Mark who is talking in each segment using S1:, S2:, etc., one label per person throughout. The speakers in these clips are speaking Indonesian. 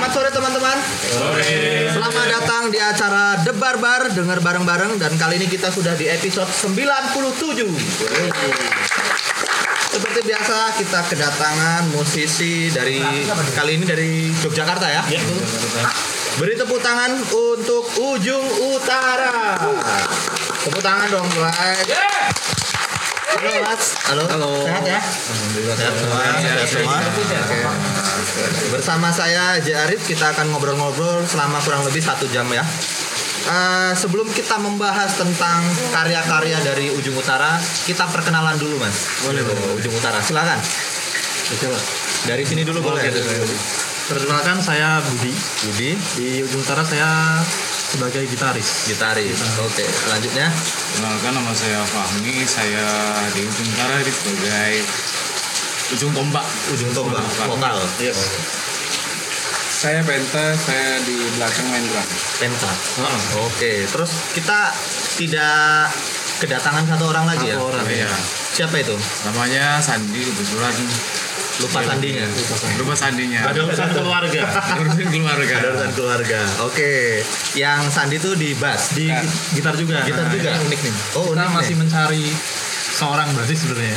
S1: Selamat sore teman-teman.
S2: Sore.
S1: Selamat datang di acara Debar Bar Dengar Bareng-Bareng. Dan kali ini kita sudah di episode 97. Seperti biasa kita kedatangan musisi dari kali ini dari Yogyakarta ya. Beri tepuk tangan untuk Ujung Utara. Tepuk tangan dong guys. Halo Mas. Halo. Sehat ya?
S2: Alhamdulillah
S1: Sehat semua. Sehat semua. Oke. Bersama saya J. Arif, kita akan ngobrol-ngobrol selama kurang lebih 1 jam ya. Sebelum kita membahas tentang karya-karya dari Ujung Utara, kita perkenalan dulu Mas.
S2: Boleh.
S1: Ujung Utara, silakan. Dari sini dulu boleh.
S3: Perkenalkan, saya Budi.
S1: Budi,
S3: Di Ujung Utara saya sebagai gitaris.
S1: gitaris. Oke, selanjutnya
S2: Kenalkan, nama saya Fahmi. Saya di Ujung Utara ini sebagai ujung tombak.
S1: Ujung Tombak, vokal.
S3: Yes.
S2: Saya Penta, saya di belakang main drum.
S1: Penta. Oke, terus kita tidak kedatangan satu orang lagi ya?
S3: Satu orang,
S2: Iya.
S1: Siapa itu?
S2: Namanya Sandi, kebetulan
S1: Lupa sandinya.
S2: lupa sandinya.
S3: Ada urusan keluarga.
S2: Urusin keluarga.
S1: Ada urusan keluarga. Oke. Yang Sandi tuh di bass,
S3: Di gitar juga.
S1: gitar
S3: Nah,
S1: juga.
S3: ini unik nih.
S1: Oh,
S3: Kita
S1: unik
S3: masih
S1: nih.
S3: mencari seorang basis sebenarnya.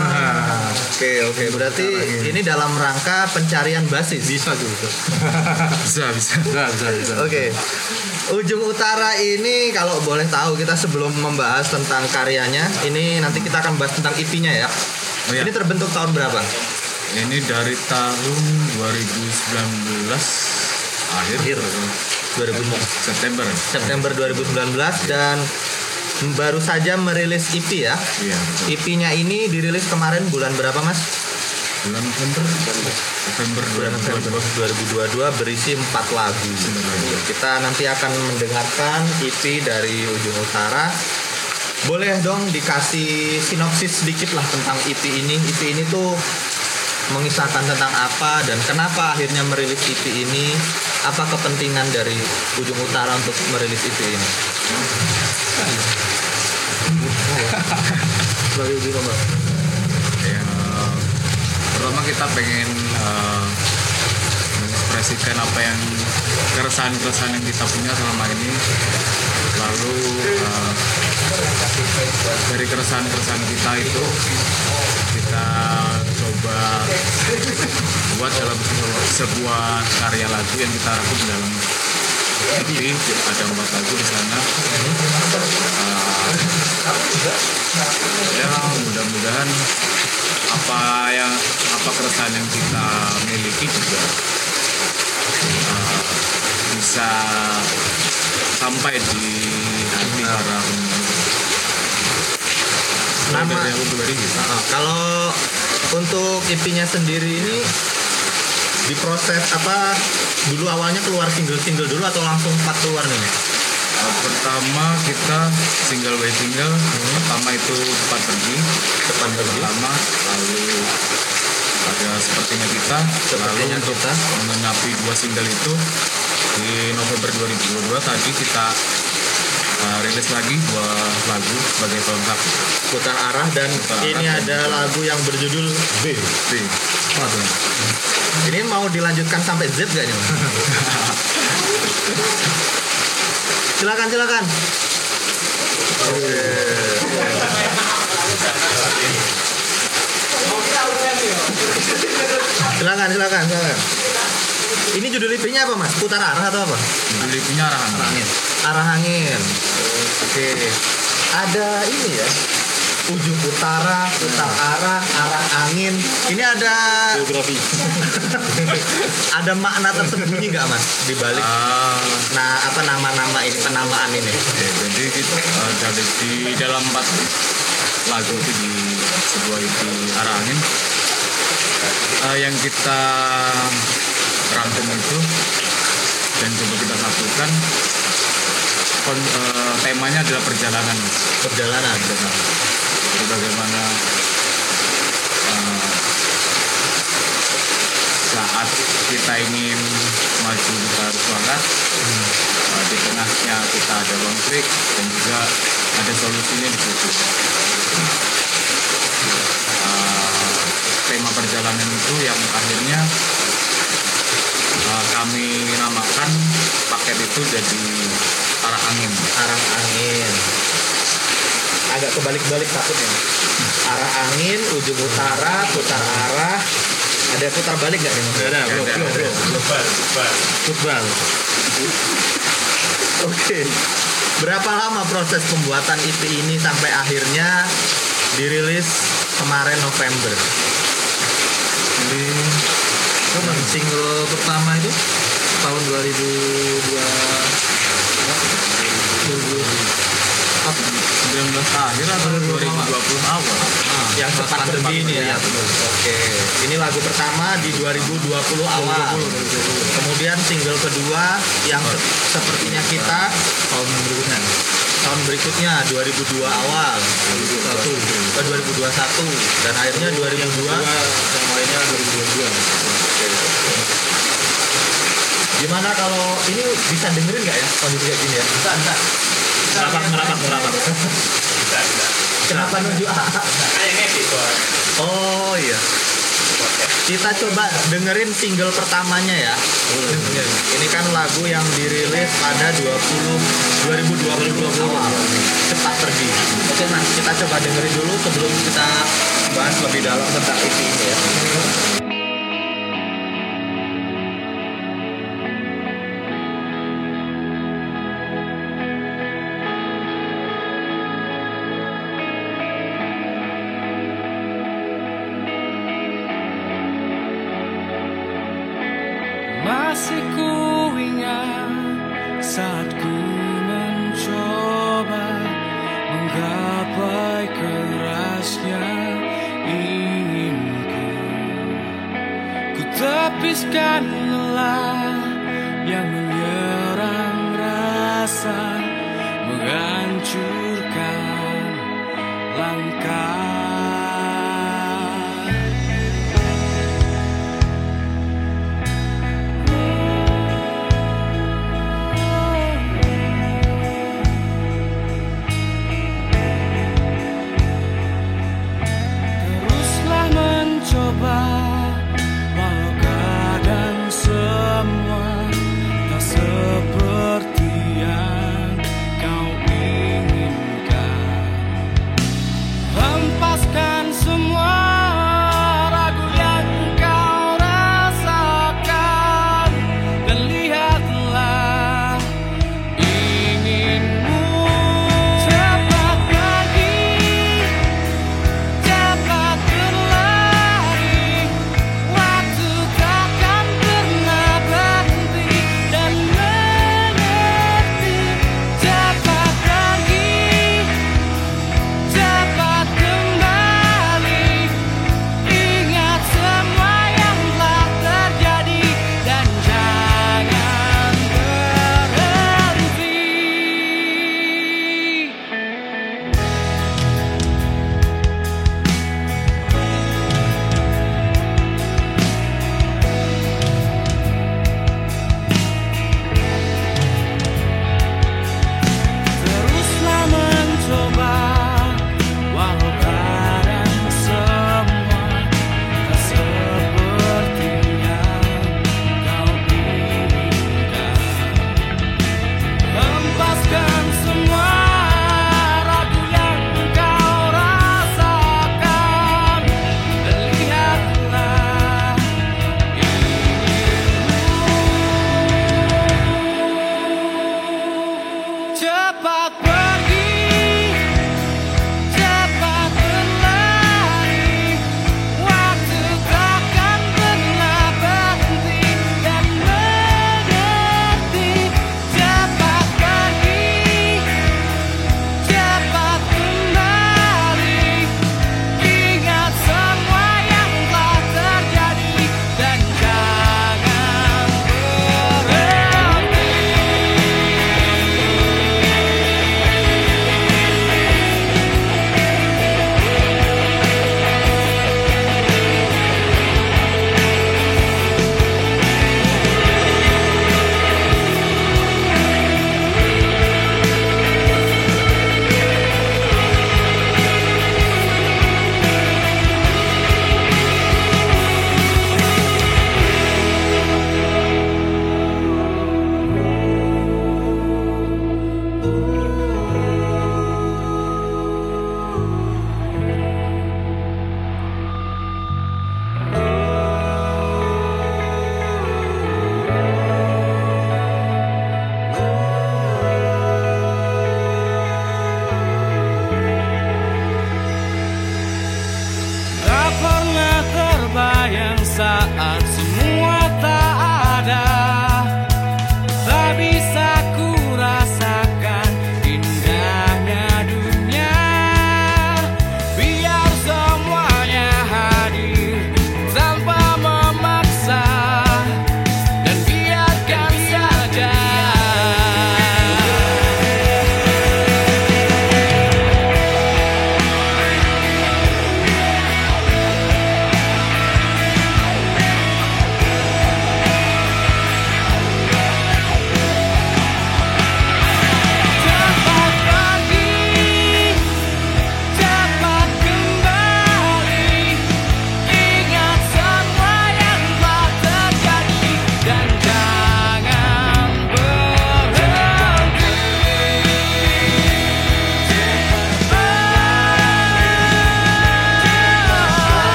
S1: Oke. Berarti ini dalam rangka pencarian basis.
S3: Bisa juga.
S2: Bisa.
S3: Bisa.
S1: Oke. Ujung Utara ini kalau boleh tahu, kita sebelum membahas tentang karyanya, ini nanti kita akan bahas tentang EP-nya ya.
S2: Oh, iya.
S1: Ini terbentuk tahun berapa?
S2: Ini dari tahun 2019 akhir
S1: 2000
S2: September.
S1: September 2019 dan baru saja merilis EP ya.
S2: Iya. betul.
S1: EP-nya ini dirilis kemarin bulan berapa Mas?
S2: Bulan November
S1: Bulan November 2022 berisi 4 lagu. Kita nanti akan mendengarkan EP dari Ujung Utara. Boleh dong dikasih sinopsis sedikit lah tentang EP ini. EP ini tuh mengisahkan tentang apa dan kenapa akhirnya merilis EP ini? Apa kepentingan dari Ujung Utara untuk merilis EP ini?
S3: Sebagai ujung tombak.
S2: Ya, pertama kita pengen mengekspresikan apa yang keresahan yang kita punya selama ini, lalu dari keresahan kita itu kita coba buat dalam sebuah karya lagu yang kita rangkum dalam EP. Ada 4 lagu di sana. Ya, mudah-mudahan apa keresahan yang kita miliki juga bisa sampai di hati para
S1: Nama-
S2: dari aku pribadi gitu.
S1: Kalau untuk EP-nya sendiri ini diproses apa dulu, awalnya keluar single dulu atau langsung 4 keluar nih?
S2: Pertama kita single by single. Pertama itu Cepat Pergi. Pertama, lalu ada Sepertinya Kita. Lalu
S1: Sepertinya
S2: untuk
S1: Kita.
S2: mengenapi 2 single itu di November 2022 tadi kita rilis lagi 2 lagu sebagai pelengkap.
S1: Putar Arah dan
S2: Putar
S1: ini
S2: Arah.
S1: ada lagu yang berjudul B.
S2: B.
S1: Ini mau dilanjutkan sampai Z gak nih Mas? Silakan. Silakan. Ini judul EP-nya apa Mas? Putar Arah atau apa?
S2: Jadi punya arahan.
S1: Arah Angin. Oke. Ada ini ya. Ujung Utara, Putar Arah, Arah Angin. Ini ada
S3: Geografi.
S1: ada makna tersembunyi nggak Mas di balik apa nama-nama ini, penamaan ini?
S2: Jadi kita di dalam 4 lagu itu di sebuah EP Arah Angin yang kita rangkum itu dan coba kita satukan, temanya adalah perjalanan.
S1: Perjalanan.
S2: Jadi bagaimana saat kita ingin maju kita harus semangat, di tengahnya kita ada konflik dan juga ada solusinya di situ. Tema perjalanan itu yang akhirnya kami namakan paket itu jadi arah angin.
S1: Arah angin. Agak kebalik-balik takutnya. Arah angin, ujung utara, putar arah. Ada putar balik nggak nih?
S3: Ada, belum. Football.
S1: Oke. Berapa lama proses pembuatan EP ini sampai akhirnya dirilis kemarin November?
S3: Jadi kapan single pertama itu tahun
S2: 19 akhir atau 2020 awal.
S1: Yang cepat
S3: pandemi
S1: ini ya.
S3: ya, betul.
S1: Oke. Ini lagu pertama di 2020 awal. Kemudian single kedua yang sepertinya kita tahun berikutnya 2002 awal. 2021 dan akhirnya 2002
S3: yang lainnya 2022.
S1: Gimana kalau ini bisa dengerin nggak ya kondisi kayak gini ya? Bisa.
S3: Merapat.
S1: Kenapa nunjuk A? Oh iya. Kita coba dengerin single pertamanya ya. Ini kan lagu yang dirilis pada 2020 awal. Cepat pergi. Oke mas, kita coba dengerin dulu sebelum kita bahas lebih dalam tentang EP ini ya.
S4: Masih ku ingat saat ku mencoba menggapai kerasnya inginku. Ku tepiskan lelah yang menyerang rasa, menghancurkan langkah. Coba walau kadang semua tak seperti yang kau inginkan. Hempas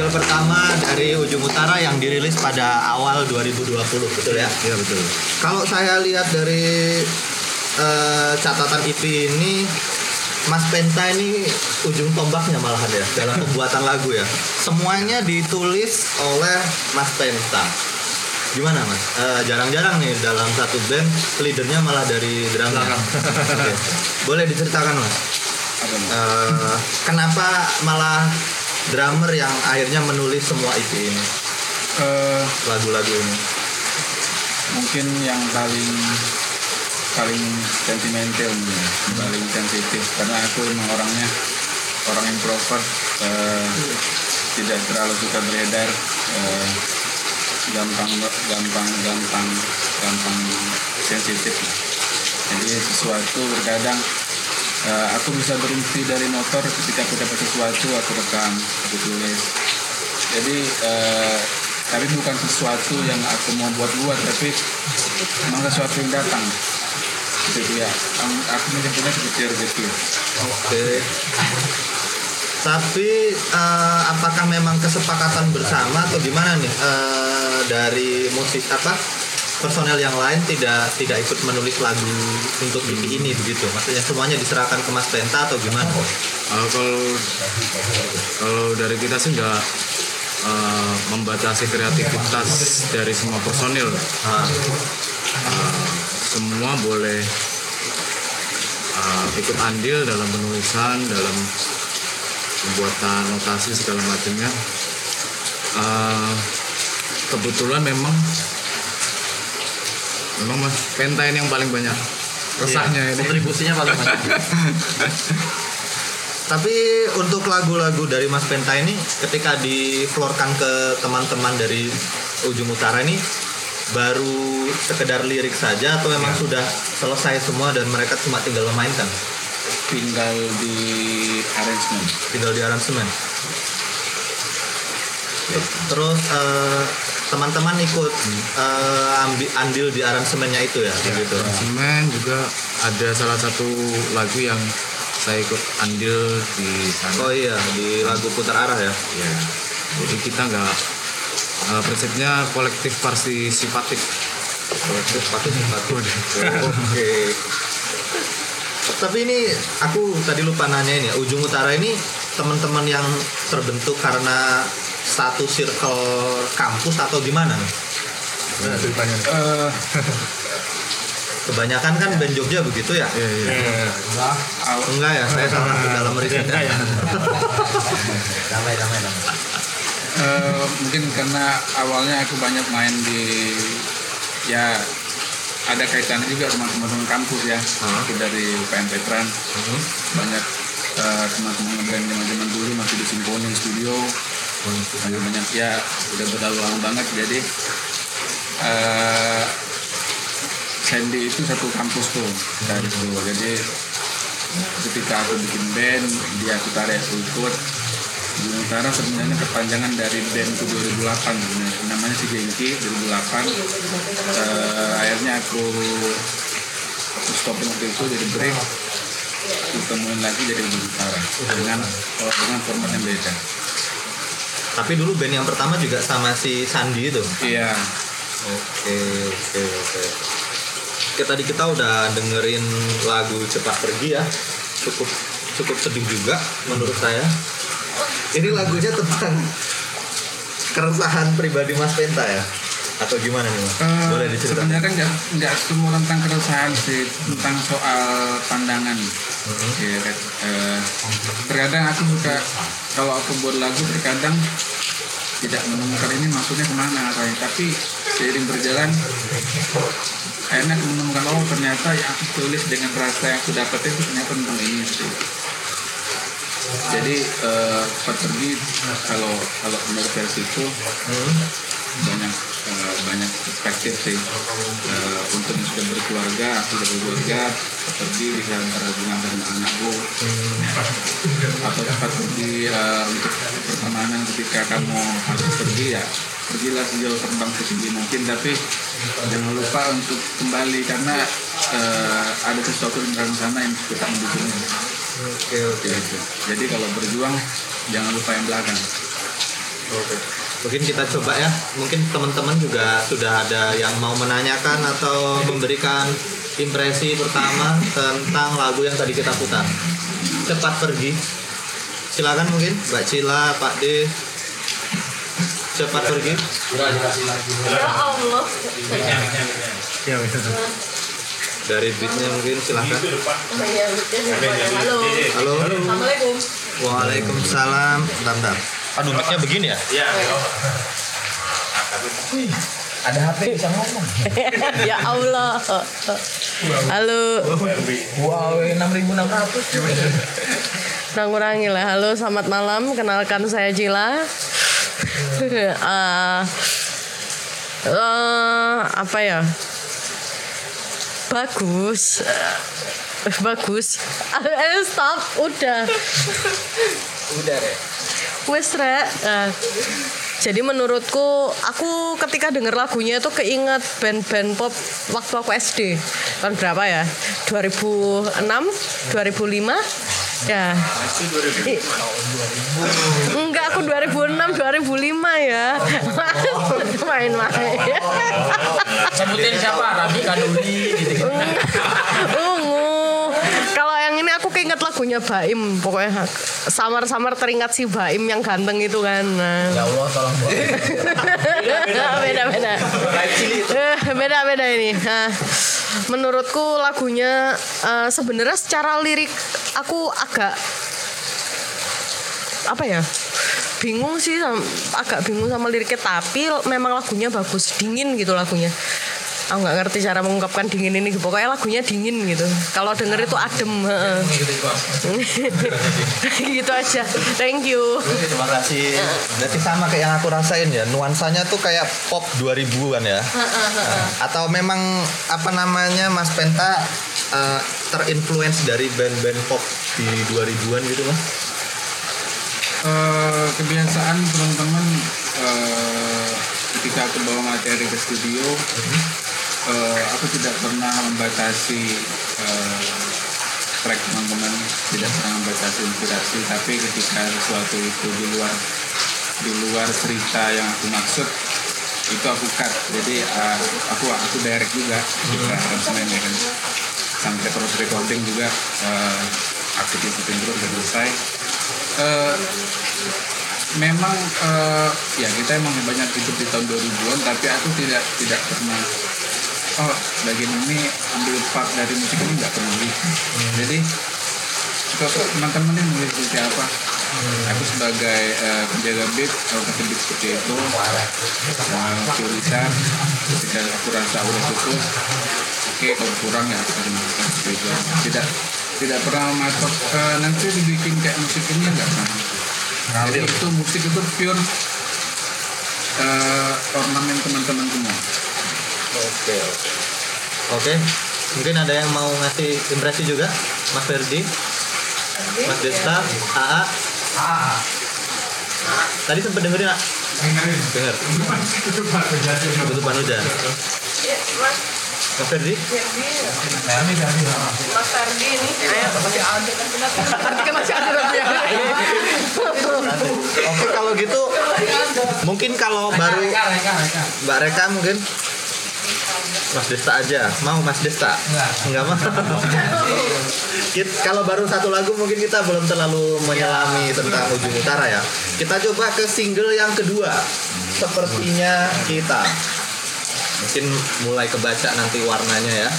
S1: pertama dari Ujung Utara yang dirilis pada awal 2020, betul ya?
S2: Iya betul.
S1: Kalau saya lihat dari catatan IP ini, Mas Penta ini ujung tombaknya malahan ya dalam pembuatan lagu ya. Semuanya ditulis oleh Mas Penta. Gimana Mas? Jarang-jarang nih dalam satu band leadernya malah dari drumnya. Oke. Boleh diceritakan Mas? Kenapa malah drummer yang akhirnya menulis semua IP ini, lagu-lagu ini?
S5: Mungkin yang paling sentimental, paling sensitif, karena aku memang orang introvert, tidak terlalu suka beredar, gampang sensitif. Jadi sesuatu terkadang aku bisa berhenti dari motor ketika aku dapat sesuatu, aku rekam, aku tulis. Jadi tapi bukan sesuatu yang aku mau buat, tapi memang sesuatu yang datang. Gitu ya, aku menyebutnya seperti.
S1: Oke. Tapi apakah memang kesepakatan bersama atau gimana nih dari musik personel yang lain tidak ikut menulis lagu untuk ini begitu? Maksudnya semuanya diserahkan ke Mas Penta atau gimana?
S2: Kalau dari kita sih nggak membatasi kreativitas dari semua personil. Semua boleh ikut andil dalam penulisan, dalam pembuatan notasi segala macamnya. Kebetulan memang Mas Penta ini yang paling banyak resahnya, ini
S1: kontribusinya paling banyak. Tapi untuk lagu-lagu dari Mas Penta ini ketika diflorkan ke teman-teman dari Ujung Utara ini baru sekedar lirik saja atau memang sudah selesai semua dan mereka cuma tinggal memainkan?
S5: Tinggal di aransemen.
S1: Terus teman-teman ikut andil di aransemennya itu ya, begitu.
S2: Aransemen juga ada salah satu lagu yang saya ikut andil di sana.
S1: Oh iya, di lagu Putar Arah ya.
S2: Ya. Jadi kita nggak prinsipnya kolektif partisipatif.
S1: Oke. Tapi ini aku tadi lupa nanyain ya, Ujung Utara ini teman-teman yang terbentuk karena satu circle kampus atau gimana? Kebanyakan kan band Jogja begitu ya?
S2: Iya.
S1: Enggak ya, saya salah di dalam riset. Damai.
S5: Mungkin karena awalnya aku banyak main di, ya ada kaitannya juga sama teman-teman kampus ya. Aku dari UPN Veteran, banyak teman-teman band zaman dulu masih di Symphony Studio, banyak ya udah berlalu lama banget. Jadi Sandy itu satu kampus tuh dari dulu. Jadi ketika aku bikin band, dia aku tarik ikut. Ujung Utara sebenarnya kepanjangan dari bandku 2008, namanya si Genki 2008. Akhirnya aku stopin waktu itu, jadi break, ketemuin lagi jadi Ujung Utara dengan format yang beda.
S1: Tapi dulu band yang pertama juga sama si Sandi itu.
S5: Iya.
S1: Oke. Tadi kita udah dengerin lagu Cepat Pergi ya, cukup sedih juga menurut saya. Ini lagunya tentang keresahan pribadi Mas Penta ya, atau gimana nih Mas? Boleh diceritakan?
S5: Sebenarnya kan nggak semua tentang keresahan sih, tentang soal pandangan. Terkadang aku suka kalau aku buat lagu terkadang tidak menemukan ini maksudnya kemana katanya, tapi seiring berjalan akhirnya aku menemukan ternyata yang aku tulis dengan rasa yang aku dapetin itu ternyata tentang ini sih. Jadi Cepat Pergi kalau menurut versi itu banyak perspektif sih. Untuk yang sudah berkeluarga, aku sudah berkeluarga, Cepat Pergi bisa antara hubungan dengan anakku, atau Cepat Pergi untuk pertemanan ketika kamu harus pergi ya pergilah sejauh terbang setinggi mungkin, tapi jangan lupa untuk kembali karena ada sesuatu di dalam sana yang kita mendukungnya.
S1: Oke.
S5: Jadi kalau berjuang jangan lupa yang belakang.
S1: Mungkin kita coba ya. Mungkin teman-teman juga sudah ada yang mau menanyakan atau memberikan impresi pertama tentang lagu yang tadi kita putar. Cepat Pergi. Silakan mungkin Mbak Cila, Pak D. Cepat Pergi.
S6: Ya Allah.
S1: Dari beatnya mungkin silakan.
S6: Halo.
S1: Halo.
S6: Assalamualaikum.
S1: Waalaikumsalam. Bentar. Aduh, mic-nya begini ya?
S3: Iya.
S1: Ada HP bisa ngomong.
S6: Ya Allah. Halo.
S1: Wow, 6.600.
S6: Kurang-kurangi lah. Halo, selamat malam. Kenalkan saya Cila. Apa ya? Bagus. Stop. Udah Rek. Wes Rek. Jadi menurutku, aku ketika denger lagunya itu keinget band-band pop waktu aku SD. Tahun berapa ya? 2006, 2005. Ya. Enggak, aku 2006, 2005 ya. Main-main.
S3: Sebutin siapa? Rabi Kaduli gitu.
S6: Kalau yang ini aku keinget lagunya Baim. Pokoknya samar-samar teringat si Baim yang ganteng itu kan. Nah.
S3: Ya Allah, tolong.
S6: Beda ini. Nah, menurutku lagunya sebenarnya secara lirik aku agak apa ya, agak bingung sama liriknya, tapi memang lagunya bagus, dingin gitu lagunya. Aku nggak ngerti cara mengungkapkan dingin ini, pokoknya lagunya dingin gitu. Kalau denger itu adem. Gitu aja. Thank you.
S1: Terima kasih. Berarti sama kayak yang aku rasain ya. Nuansanya tuh kayak pop 2000-an ya. Atau memang apa namanya Mas Penta terinfluence dari band-band pop di 2000-an gitu Mas?
S5: Kebiasaan teman-teman ketika aku bawa materi ke studio, aku tidak pernah membatasi track teman-teman, tidak pernah membatasi inspirasi, tapi ketika sesuatu itu di luar cerita yang aku maksud, itu aku cut. Jadi aku direct juga ketika aransemen ya kan, sampai terus recording juga, aktivitas terus udah selesai. Memang ya kita emang banyak hidup di tahun 2000-an, tapi aku tidak pernah bagian ini ambil part dari musik ini, nggak pernah gitu. Jadi kalau teman-teman ini nulis seperti apa, aku sebagai penjaga beat, kalau kasih beat seperti itu, prioritas ketika aku rasa udah cukup, oke, kalau kurang ya aku kasih masukan seperti itu. Tidak pernah masuk nanti dibikin kayak musik ini, enggak pernah. Jadi itu musik itu pure ornamen teman-teman semua.
S1: Oke. Mungkin ada yang mau ngasih impresi juga, Mas Ferdi, Mas Desta, AA. Tadi sempat dengerin nggak? Dengar. Tutupan hujan. Mas Ferdi?
S6: Mas Ferdi ini, ayo masih ada. Nanti kan masih ada ya.
S1: Oke, kalau gitu mungkin kalau baru Mbak Reka mungkin Mas Desta aja. Mau Mas Desta? Enggak mau. Kalau baru satu lagu mungkin kita belum terlalu menyelami tentang Ujung Utara ya. Kita coba ke single yang kedua. Sepertinya Kita. Mungkin mulai kebaca nanti warnanya ya.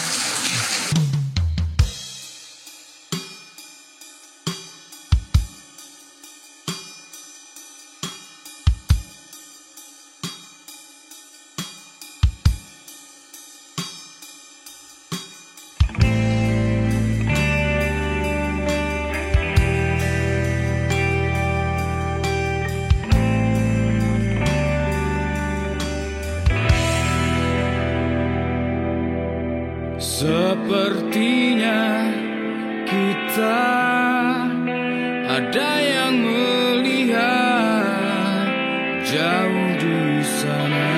S4: Sepertinya kita ada yang melihat jauh di sana.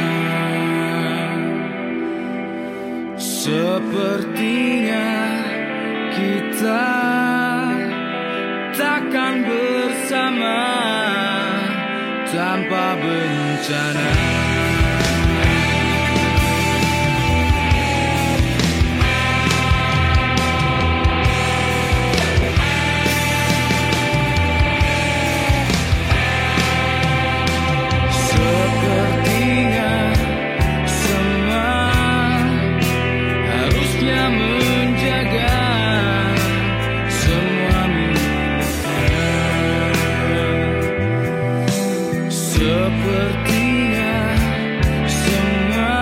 S4: Sepertinya kita takkan bersama tanpa bencana. Sepertinya semua harusnya menjaga semua miliknya. Sepertinya semua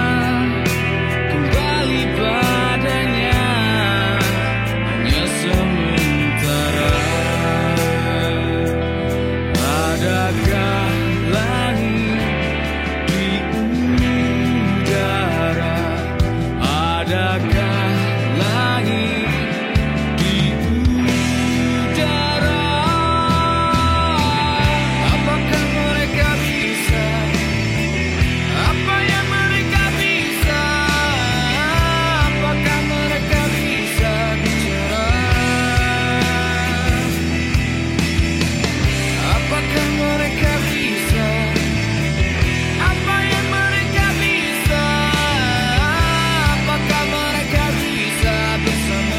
S4: kembali padanya, hanya sementara. Adakah langit di udara? Adakah langit di udara? Apakah mereka bisa? Apa yang mereka bisa? Apakah mereka bisa bicara? Apakah mereka bisa? Apa yang mereka bisa? Apakah mereka bisa bersama?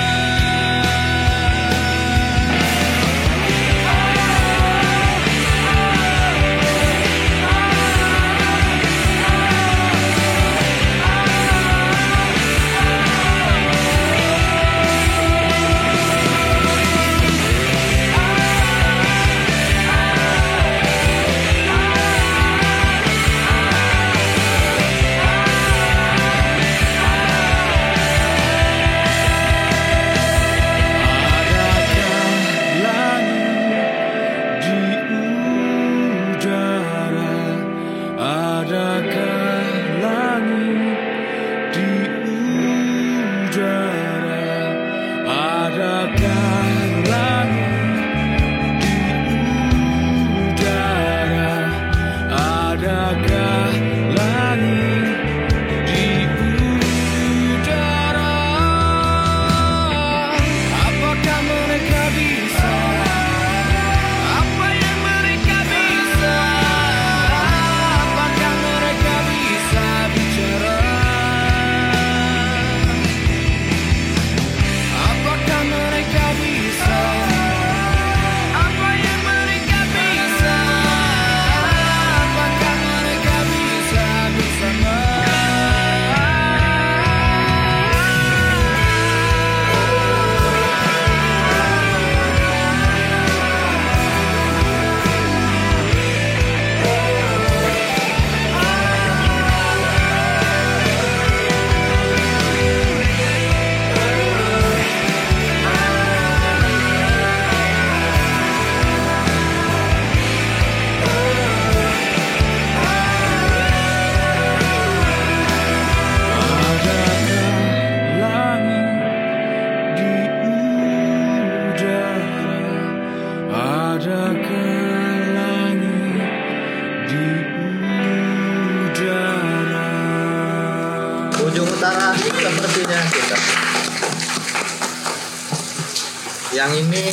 S4: Adakah langit di udara? Adakah langit di udara? Adakah langit di udara? Apakah mereka bisa? Apa yang mereka bisa? Apakah mereka bisa bicara? Apakah mereka bisa? Apa yang mereka bisa? Apakah mereka bisa bersama? Adakah langit di udara? Adakah langit di udara?
S1: Ujung utara sepertinya kita. Yang ini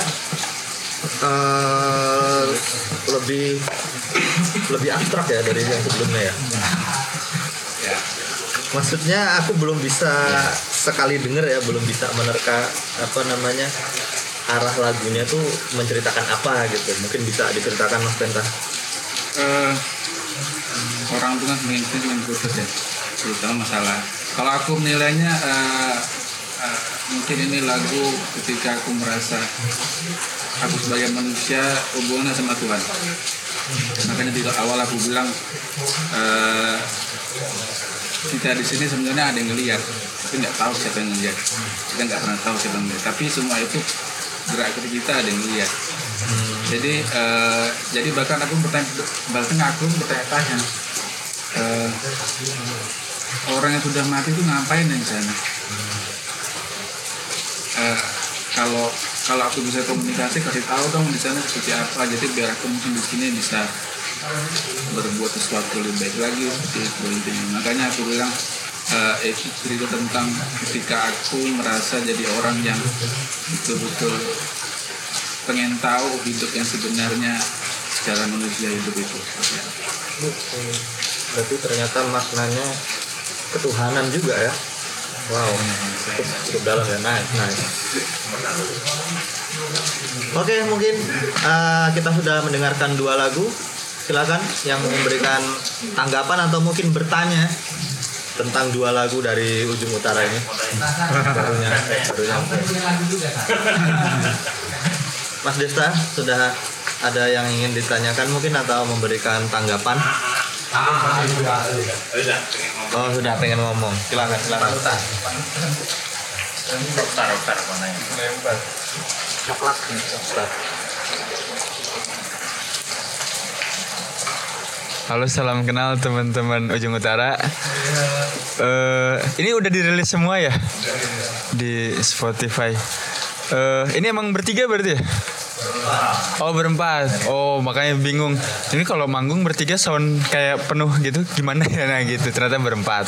S1: lebih abstrak ya dari yang sebelumnya ya. Maksudnya aku belum bisa sekali denger ya, belum bisa menerka apa namanya arah lagunya tuh menceritakan apa gitu. Mungkin bisa diceritakan Mas Penta.
S5: Orang tuh kan dengan putus ya, terutama masalah. Kalau aku menilainya mungkin ini lagu ketika aku merasa aku sebagai manusia hubungannya sama Tuhan. Makanya di awal aku bilang kita di sini sebenarnya ada yang ngelihat, tapi nggak tahu siapa yang ngelihat. Kita nggak pernah tahu siapa yang ngelihat. Tapi semua itu gerak ke kita ada yang ngelihat. Jadi bahkan aku bertanya-tanya orang yang sudah mati itu ngapain di sana? Kalau aku bisa komunikasi, kasih tahu dong di sana seperti apa. Jadi biar aku mungkin di sini bisa berbuat sesuatu lebih baik lagi seperti itu intinya. Makanya aku bilang itu cerita tentang ketika aku merasa jadi orang yang betul-betul pengen tahu hidup yang sebenarnya secara manusia hidup itu.
S1: Berarti ternyata maknanya ketuhanan juga ya. Wow, cukup dalam ya. Nice. Oke, mungkin kita sudah mendengarkan 2 lagu. Silakan yang memberikan tanggapan atau mungkin bertanya tentang 2 lagu dari Ujung Utara ini. Barunya. Mas Desta, sudah ada yang ingin ditanyakan mungkin atau memberikan tanggapan? Oh, sudah pengen ngomong. Silakan.
S3: Dokter mana ya?
S1: Coklat.
S7: Halo, salam kenal teman-teman Ujung Utara. Ini udah dirilis semua ya di Spotify. Ini emang bertiga berarti ya? Oh, berempat. Oh, makanya bingung. Ini kalau manggung bertiga sound kayak penuh gitu, gimana ya? Nah gitu, ternyata berempat.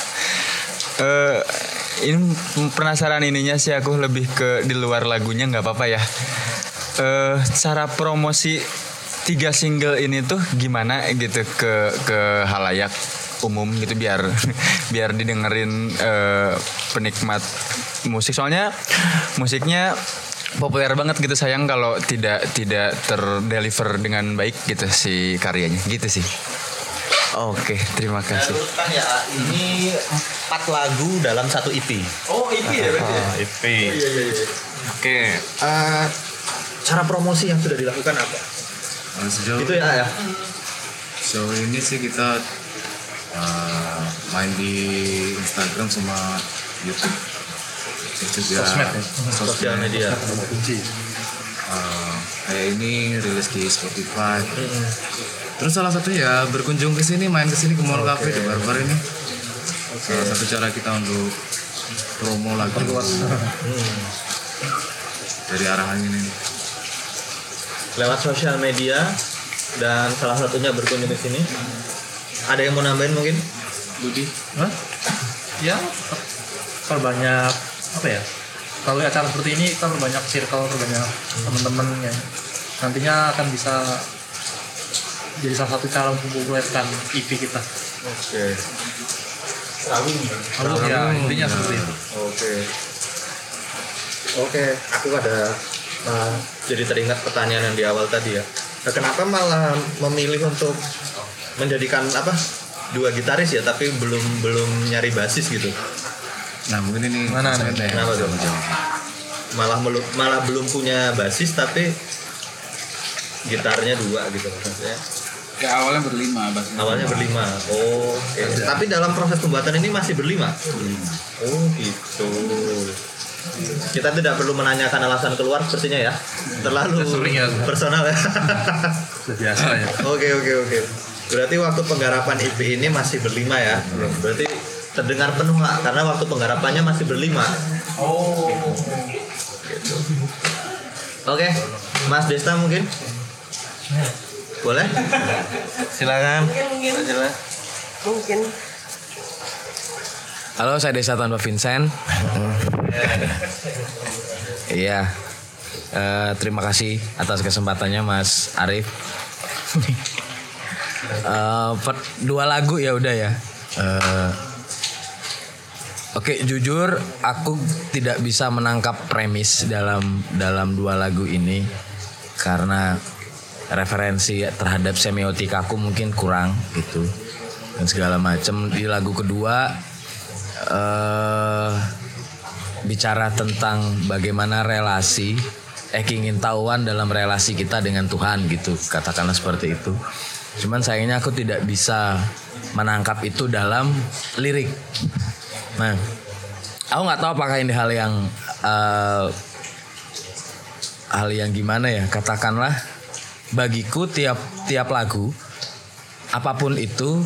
S7: Ini penasaran ininya sih, aku lebih ke di luar lagunya, nggak apa-apa ya. Cara promosi 3 single ini tuh gimana gitu ke halayak umum gitu, biar didengerin penikmat musik. Soalnya musiknya populer banget gitu, sayang kalau tidak terdeliver dengan baik gitu si karyanya gitu sih. Oke, terima kasih.
S1: Kan ya, ini 4 lagu dalam 1 EP.
S3: Oh, EP ya berarti.
S1: EP. Oke. Cara promosi yang sudah dilakukan apa?
S5: Sejauh
S1: Itu ya.
S5: sejauh ini sih kita main di Instagram sama YouTube. Juga
S1: Sosial media.
S5: Kayak ini rilis di Spotify. Terus salah satu ya berkunjung ke sini, main ke sini ke Mall Cafe di Barbar ini. Salah satu cara kita untuk promo lagu dari arahan ini.
S1: Lewat sosial media dan salah satunya berkunjung ke sini. Ada yang mau nambahin mungkin?
S5: Budi?
S3: Ya, perbanyak apa ya? Kalau acara seperti ini kita perbanyak circle, perbanyak teman-teman yang nantinya akan bisa jadi salah satu cara untuk mempopulerkan EP kita.
S1: Oke.
S3: Lalu ya intinya seperti itu.
S1: Oke, aku ada jadi teringat pertanyaan yang di awal tadi ya. Nah, kenapa malah memilih untuk menjadikan 2 gitaris ya, tapi belum nyari basis gitu?
S5: Nah mungkin ini
S1: Kenapa tuh? Malah belum punya basis tapi gitarnya 2 gitu maksudnya.
S5: Ya awalnya berlima,
S1: Awalnya berlima. Oh, oke. Tapi dalam proses pembuatan ini masih berlima. Oh, gitu. Kita tidak perlu menanyakan alasan keluar sepertinya ya. Terlalu personal ya.
S3: Biasa ya.
S1: Oke. Berarti waktu penggarapan EP ini masih berlima ya. Berarti terdengar penuh lah karena waktu penggarapannya masih berlima. Oh. Gitu. Oke, Mas Desta mungkin. Boleh? Silakan.
S6: Mungkin.
S8: Halo, saya Desa tanpa Vincent. Iya. Terima kasih atas kesempatannya Mas Arif. 2 lagu ya udah ya. Oke, jujur aku tidak bisa menangkap premis dalam 2 lagu ini karena referensi terhadap semiotika aku mungkin kurang gitu dan segala macam. Di lagu kedua bicara tentang bagaimana relasi keingintahuan dalam relasi kita dengan Tuhan gitu, katakanlah seperti itu. Cuman sayangnya aku tidak bisa menangkap itu dalam lirik. Nah, aku nggak tahu apakah ini hal yang gimana ya, katakanlah bagiku tiap lagu apapun itu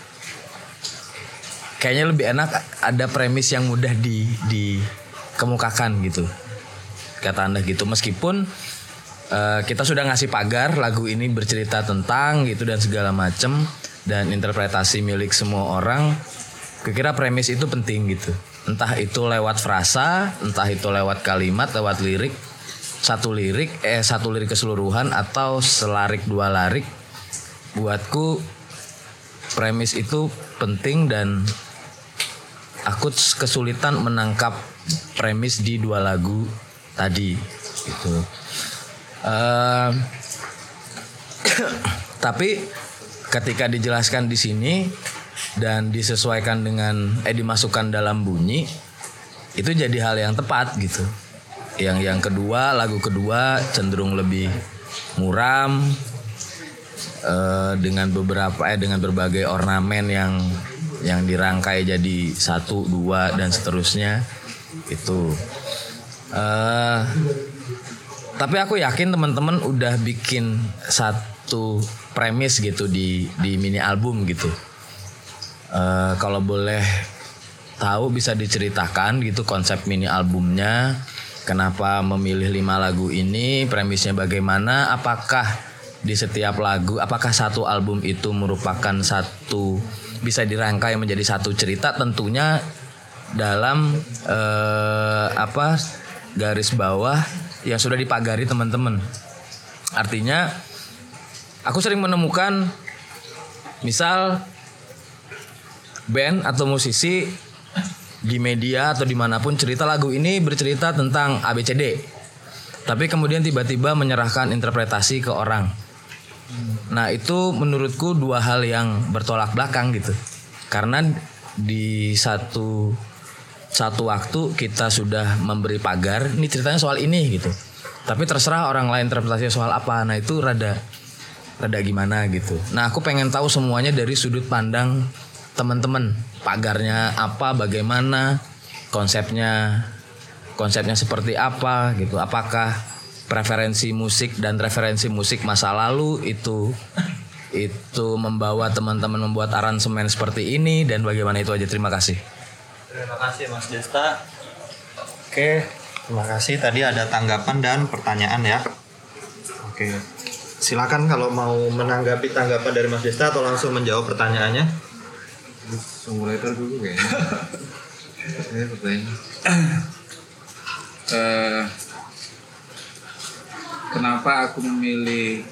S8: kayaknya lebih enak ada premis yang mudah dikemukakan gitu, kata Anda gitu. Meskipun kita sudah ngasih pagar lagu ini bercerita tentang gitu dan segala macem dan interpretasi milik semua orang, kira-kira premis itu penting gitu. Entah itu lewat frasa, entah itu lewat kalimat, lewat lirik, satu lirik keseluruhan atau selarik 2 larik, buatku premis itu penting dan aku kesulitan menangkap premis di 2 lagu tadi gitu. Tapi ketika dijelaskan di sini dan disesuaikan dengan dimasukkan dalam bunyi, itu jadi hal yang tepat gitu. Yang kedua, lagu kedua cenderung lebih muram dengan berbagai ornamen yang dirangkai jadi 1, 2 dan seterusnya itu. Tapi aku yakin teman-teman udah bikin satu premis gitu di mini album gitu. Kalau boleh tahu bisa diceritakan gitu konsep mini albumnya, kenapa memilih 5 lagu ini, premisnya bagaimana, apakah di setiap lagu, apakah satu album itu merupakan satu, bisa dirangkai menjadi satu cerita, tentunya dalam garis bawah yang sudah dipagari teman-teman. Artinya aku sering menemukan misal band atau musisi di media atau dimanapun cerita lagu ini bercerita tentang ABCD, tapi kemudian tiba-tiba menyerahkan interpretasi ke orang. Nah itu menurutku 2 hal yang bertolak belakang gitu. Karena di satu waktu kita sudah memberi pagar, ini ceritanya soal ini gitu, tapi terserah orang lain interpretasinya soal apa. Nah itu rada gimana gitu. Nah aku pengen tahu semuanya dari sudut pandang teman-teman, pagarnya apa, bagaimana, konsepnya seperti apa gitu. Apakah preferensi musik dan referensi musik masa lalu itu membawa teman-teman membuat aransemen seperti ini, dan bagaimana itu aja. Terima kasih.
S1: Terima kasih Mas Desta. Oke, terima kasih. Tadi ada tanggapan dan pertanyaan ya. Oke, silakan kalau mau menanggapi tanggapan dari Mas Desta atau langsung menjawab pertanyaannya.
S5: Songwriter dulu kayaknya. Saya pertanyaan. Kenapa aku memilih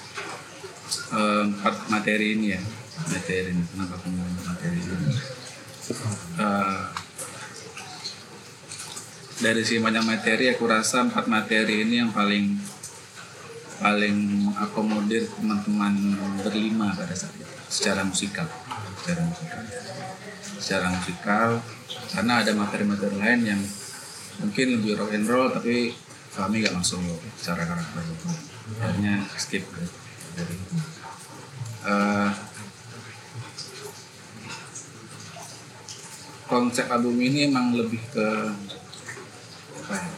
S5: 4 materi ini ya? Kenapa aku memilih materi ini? Dari si banyak materi, aku rasa 4 materi ini yang paling akomodir teman-teman berlima pada saat itu secara musikal, karena ada materi-materi lain yang mungkin lebih rock and roll tapi kami gak masuk secara karakter, akhirnya skip dari itu. Konsep album ini emang lebih ke apa ya,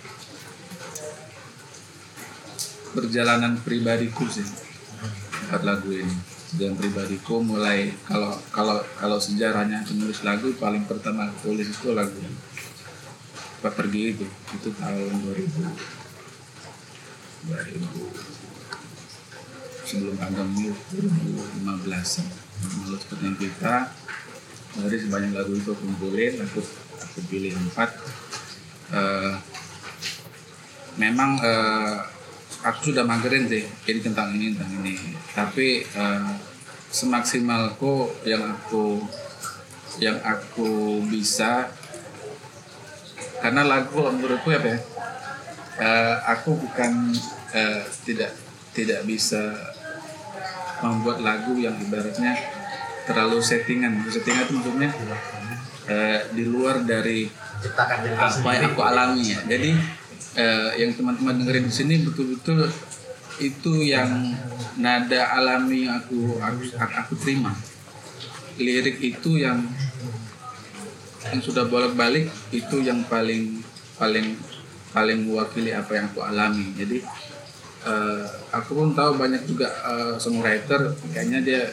S5: perjalanan pribadiku sih. 4 lagu ini dan pribadiku, mulai kalau sejarahnya penulis lagu, paling pertama tulis itu lagu Pak Pergi itu tahun 2000 sebelum pandemi, 2015 menurut seperti kita. Dari sebanyak lagu itu kumpulin, aku pilih 4. Memang aku sudah magerin sih, ini tentang ini. Tapi semaksimalku yang aku bisa, karena lagu menurutku apa ya? Aku bukan tidak bisa membuat lagu yang ibaratnya terlalu settingan. Settingan itu maksudnya di luar dari apa yang aku alami ya. Jadi yang teman-teman dengerin di sini betul-betul itu yang nada alami yang aku terima. Lirik itu yang sudah bolak-balik, itu yang paling mewakili apa yang aku alami. Jadi aku pun tahu banyak juga songwriter kayaknya dia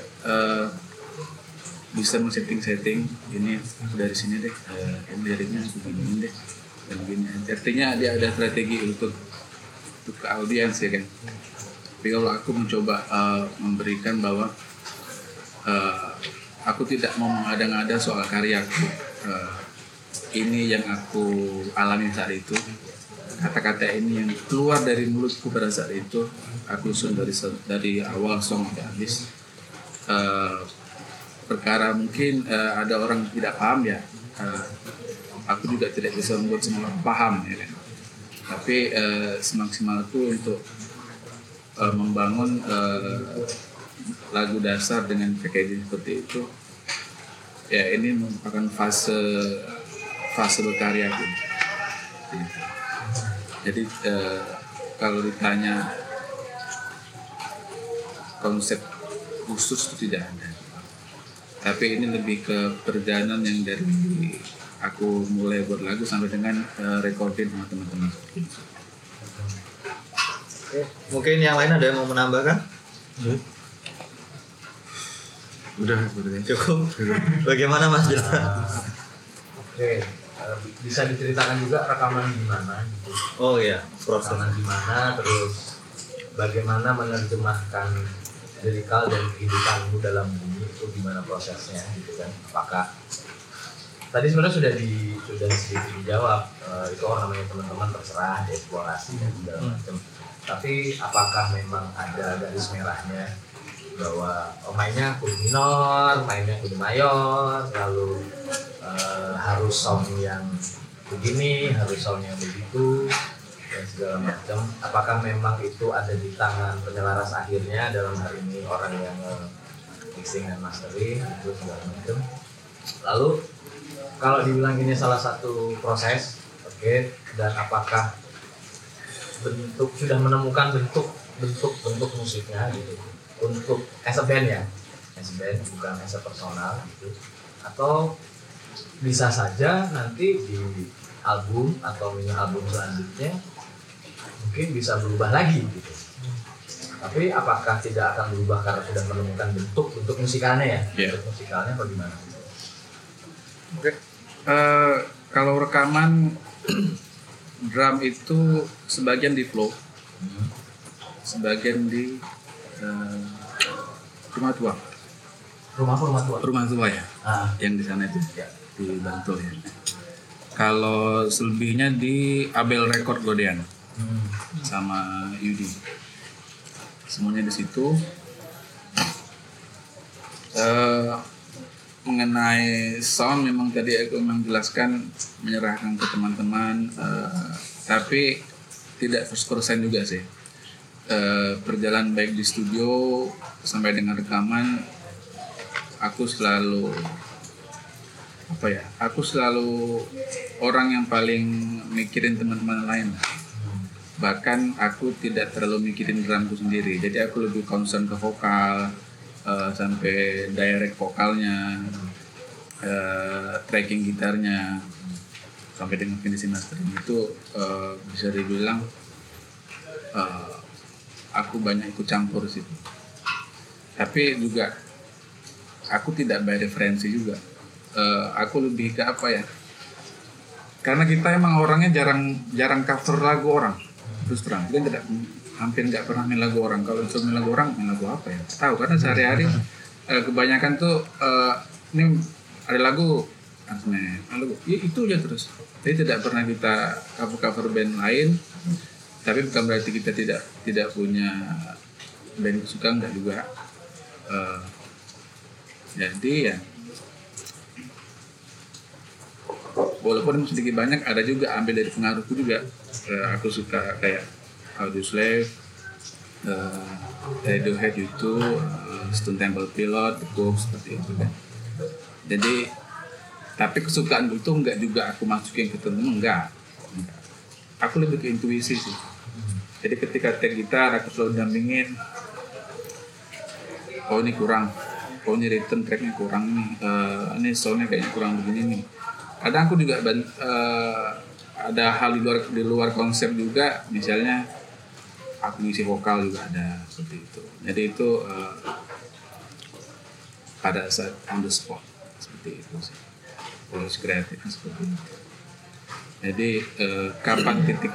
S5: bisa men-setting ini dari sini deh, liriknya begini deh dan begini. Artinya dia ada strategi untuk ke audiens ya kan. Tapi kalau aku mencoba memberikan bahwa aku tidak mau mengada-ngada soal karyaku, ini yang aku alami saat itu, kata-kata ini yang keluar dari mulutku pada saat itu, aku sun dari awal song sampai habis. Perkara mungkin ada orang tidak paham ya, aku juga tidak bisa membuat semua orang paham ya kan. Tapi semaksimalku untuk membangun lagu dasar dengan packaging seperti itu, ya ini merupakan fase berkaryaku. Jadi kalau ditanya konsep khusus itu tidak ada. Tapi ini lebih ke perjalanan yang dari aku mulai buat lagu sampai dengan recording sama teman-teman.
S1: Oke, mungkin yang lain ada yang mau menambahkan?
S9: Udah sepertinya.
S1: Cukup. Bagaimana Mas Jota?
S8: Oke, bisa diceritakan juga rekaman gimana gitu.
S1: Oh iya, proses.
S8: Rekaman gimana, terus bagaimana menerjemahkan lirikal dan kehidupanmu dalam bunyi itu gimana prosesnya gitu kan. Apakah tadi sebenarnya sudah sedikit dijawab, itu orang namanya teman-teman terserah dieksplorasi dan segala macam. Tapi apakah memang ada garis merahnya bahwa mainnya kudu minor, mainnya kudu mayor, lalu harus sound yang begini, harus sound yang begitu dan segala macam. Apakah memang itu ada di tangan penyelaras akhirnya, dalam hal ini orang yang mixing dan mastering itu segala macam. Lalu kalau dibilang ini salah satu proses, oke, dan apakah sudah menemukan bentuk musiknya gitu untuk as a band ya, as a band bukan as a personal gitu, atau bisa saja nanti di album atau mini album selanjutnya mungkin bisa berubah lagi gitu. Tapi apakah tidak akan berubah karena sudah menemukan bentuk musikalnya ya?
S5: Yeah.
S8: Bentuk musikalnya atau gimana?
S5: Oke. Kalau rekaman drum itu sebagian di flow, sebagian di rumah tua. Rumah tua ya. Yang di sana itu ya, di Bantul ya. Kalau selebihnya di Abel Record Godean sama Yudi, semuanya di situ. Mengenai sound memang tadi aku memang jelaskan, menyerahkan ke teman-teman, tapi tidak 100% juga sih. Perjalanan baik di studio sampai dengan rekaman, aku selalu orang yang paling mikirin teman-teman lain. Bahkan aku tidak terlalu mikirin drumku sendiri, jadi aku lebih concern ke vokal, sampai direct vokalnya, tracking gitarnya, sampai dengan finishing mastering itu bisa dibilang aku banyak ikut campur situ. Tapi juga aku tidak by referensi juga. Aku lebih ke apa ya? Karena kita emang orangnya jarang cover lagu orang. Terus terang, kita hampir nggak pernah main lagu orang. Kalau main lagu orang, main lagu apa ya? Tahu, karena sehari-hari kebanyakan tuh ini ada lagu ya itu aja terus. Jadi tidak pernah kita cover band lain. Tapi bukan berarti kita tidak punya band suka, enggak juga. Jadi ya, walaupun sedikit banyak ada juga ambil dari pengaruhku juga. Aku suka kayak Audioslave, Radiohead, YouTube, Stone Temple Pilot, The Cooks, seperti itu kan. Jadi tapi kesukaan itu enggak juga aku masukin ke temen, enggak. Aku lebih ke intuisi sih. Jadi ketika take gitar aku selalu dampingin, oh ini kurang, oh ini rhythm tracknya kurang nih, ini soundnya kayaknya kurang begini nih. Kadang aku juga ada hal di luar konsep juga, misalnya aku ngisi vokal juga ada seperti itu. Jadi itu pada saat on the spot seperti itu sih, proses kreatifnya seperti itu. Jadi kapan titik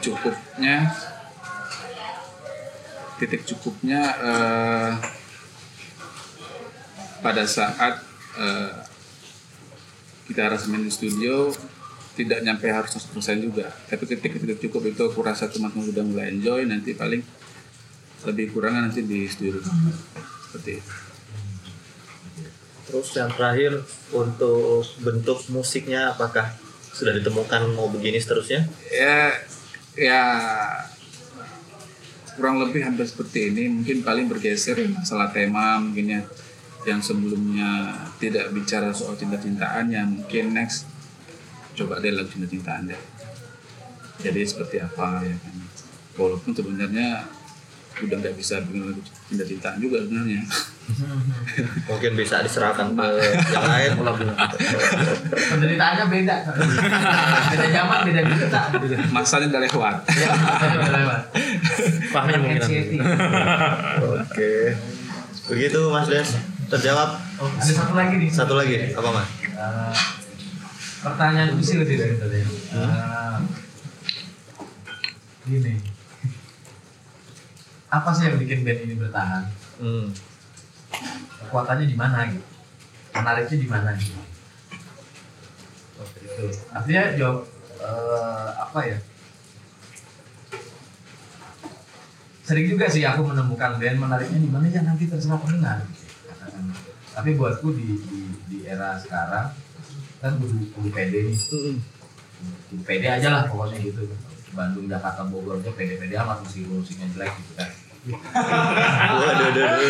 S5: cukupnya pada saat kita harus main di studio, tidak nyampe harus 100% juga. Tapi ketika cukup itu aku rasa teman-teman sudah mulai enjoy, nanti paling lebih kurangnya nanti di studio seperti itu.
S1: Terus yang terakhir untuk bentuk musiknya apakah sudah ditemukan mau begini seterusnya?
S5: Ya kurang lebih hampir seperti ini. Mungkin paling bergeser masalah tema mungkin ya, yang sebelumnya tidak bicara soal cinta-cintaan, yang mungkin next coba deh lagu cinta-cintaan deh. Jadi seperti apa ya kan? Walaupun sebenarnya udah nggak bisa bikin lagu cinta-cintaan juga sebenarnya.
S1: Mungkin bisa diserahkan ke yang lain.
S8: Penderitaannya beda. Beda zaman, beda cerita.
S5: Masanya udah lewat.
S3: Pahmi mungkin.
S1: Oke. Begitu Mas Des. Terjawab.
S8: Oh, ada satu lagi nih.
S1: Satu lagi. Apa Mas?
S8: Pertanyaan sih lebih dari tadi. Gini. Apa sih yang bikin band ini bertahan? Kekuatannya di mana gitu? Menariknya di mana gitu? Itu. Artinya jawab apa ya? Sering juga sih aku menemukan band menariknya di mana ya nanti terserah pendengar. Katakan. Tapi buatku di era sekarang kan kudu pede nih. Kudu pede aja lah pokoknya gitu. Bandung, Jakarta, Bogor aja pede-pede amat meskipun musiknya jelek gitu kan.
S1: Waduh.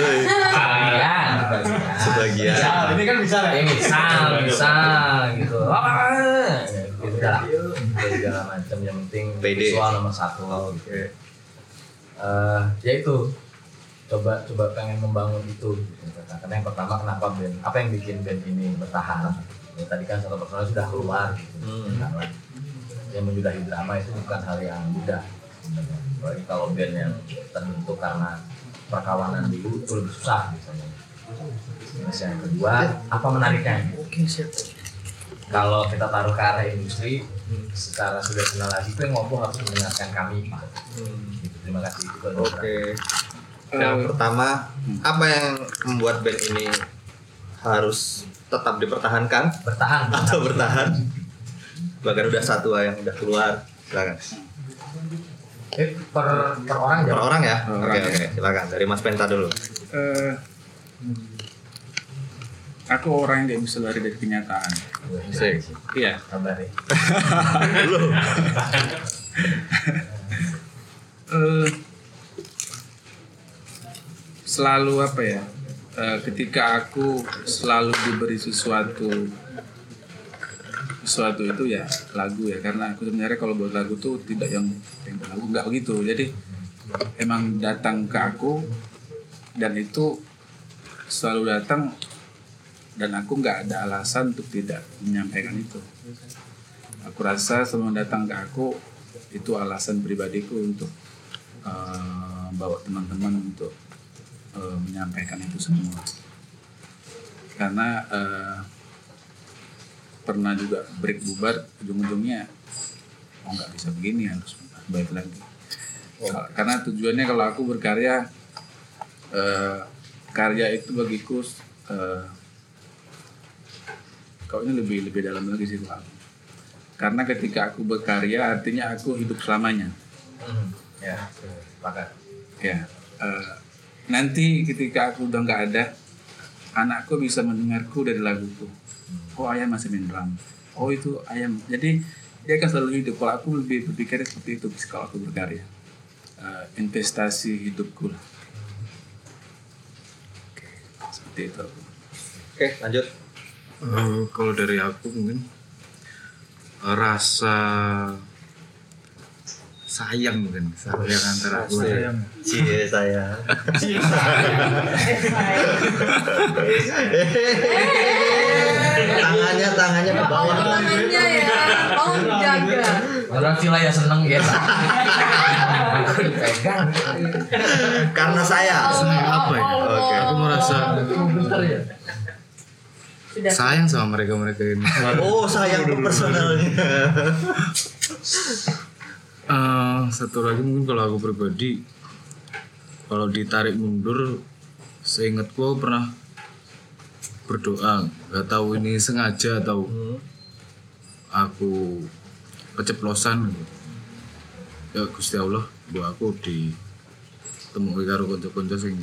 S1: Sebagian.
S8: Ini kan bisa lah. Bisa gitu. Gitu lah. Segala macam yang penting
S1: pede.
S8: Visual nomor 1 gitu. Ya itu. Coba pengen membangun itu. Karena yang pertama kenapa band? Apa yang bikin band ini bertahan? Ya, tadi kan satu personal sudah keluar gitu. Karena yang menyudahi drama itu bukan hal yang mudah. Apalagi kalau band yang terbentuk karena perkawanan dulu itu lebih susah misalnya. Terus yang kedua, apa menariknya? Kalau kita taruh ke arah industri, secara sudah kenal lagi, itu yang ngomong harus mendengarkan kami. Gitu, terima kasih.
S1: Oke. Yang pertama, apa yang membuat band ini harus tetap dipertahankan?
S8: Bertahan.
S1: Bahkan udah satu yang udah keluar. Silakan.
S8: Per orang aja.
S1: Per orang ya? Oke. Silakan. Dari Mas Penta dulu.
S5: Aku orang yang gak bisa lari dari kenyataan. Iya.
S8: Kabari.
S5: Selalu apa ya? Ketika aku selalu diberi sesuatu itu ya lagu ya, karena aku sebenarnya kalau buat lagu tuh tidak yang lagu nggak begitu, jadi emang datang ke aku dan itu selalu datang dan aku nggak ada alasan untuk tidak menyampaikan itu. Aku rasa semua datang ke aku itu alasan pribadiku untuk bawa teman-teman untuk menyampaikan itu semua, karena pernah juga break bubar ujung-ujungnya nggak bisa begini, harus baik lagi. Karena tujuannya kalau aku berkarya, karya itu bagiku kau ini lebih dalam lagi sih aku. Karena ketika aku berkarya artinya aku hidup selamanya.
S8: Ya, sepakat.
S5: Ya, nanti ketika aku udah nggak ada, anakku bisa mendengarku dari laguku. Oh, ayam masih main drum. Oh, itu ayam. Jadi dia akan selalu hidup. Kalau aku lebih berpikir seperti itu kalau aku berkarya. Investasi hidupku lah. Seperti itu.
S1: Oke, lanjut.
S9: Kalau dari aku mungkin rasa sayang mungkin yang antara aku dan
S1: sayang. Tangannya ke bawah.
S6: Tangannya ya, tolong jaga.
S8: Orang Cila ya seneng ya. Aku dipegang.
S1: Karena saya.
S9: apa ya?
S1: Oke.
S9: Aku merasa
S8: Ya.
S9: sayang sama mereka ini.
S1: Oh, sayang tuh personalnya.
S9: Satu lagi mungkin kalau aku pribadi, kalau ditarik mundur, seingatku aku pernah berdoa, nggak tahu ini sengaja atau aku keceplosan ya Gusti Allah buat aku ditemui karo kanca-kanca sing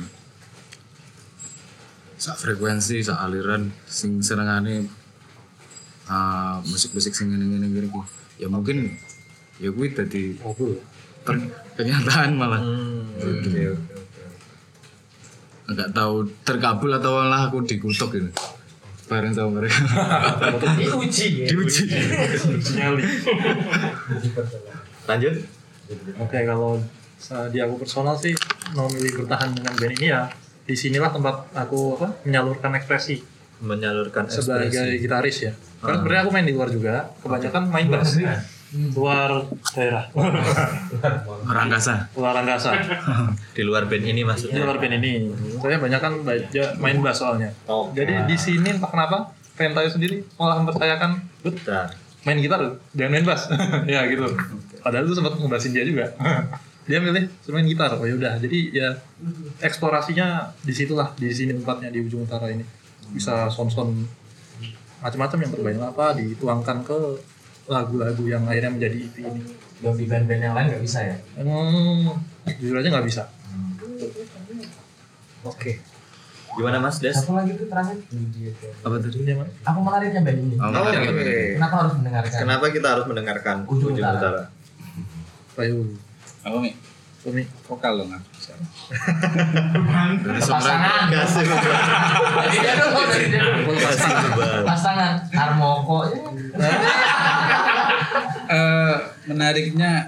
S9: sak frekuensi, sak aliran sing senengane musik-musik sing ngene-ngene iki. Ya mungkin ya kuwi dadi kenyataan malah. Oke. Enggak tahu terkabul atau malah aku dikutuk gitu. Bareng sama mereka.
S3: Diuji.
S1: Lanjut.
S3: Oke, kalau di aku personal sih mau milih bertahan dengan band ini ya. Disinilah tempat aku menyalurkan ekspresi sebagai gitaris ya. Karena sebenarnya aku main di luar juga, kebanyakan main bass. Luar daerah.
S9: Luar angkasa.
S1: Di luar band ini
S3: Di
S1: maksudnya.
S3: luar band ini. Saya banyak kan main bass soalnya. Jadi di sini entah kenapa Ventayo sendiri malah mempercayakan main gitar jangan main bass. Ya gitu. Padahal itu sempat ngebasin dia juga. Dia milih main gitar. Oh yaudah. Jadi ya eksplorasinya di situlah, di sini tempatnya di ujung utara ini. Bisa son-son macam-macam yang terbanyak apa dituangkan ke lagu-lagu yang akhirnya menjadi EP ini.
S8: Belum di band-band yang lain nggak bisa ya?
S3: Jujur aja nggak bisa.
S1: Oke. Gimana Mas Des?
S8: Satu lagi tuh terakhir.
S9: Apa tadi?
S8: Apa menariknya band ini?
S1: Oke.
S8: Kenapa harus mendengarkan?
S1: Kenapa kita harus mendengarkan
S8: Ujung Utara?
S3: Ayo.
S5: Apa Mi?
S3: Umi.
S5: Vokal lo nggak?
S8: Pasangan. Dari dia dulu. Pasangan. Harmoko.
S5: Menariknya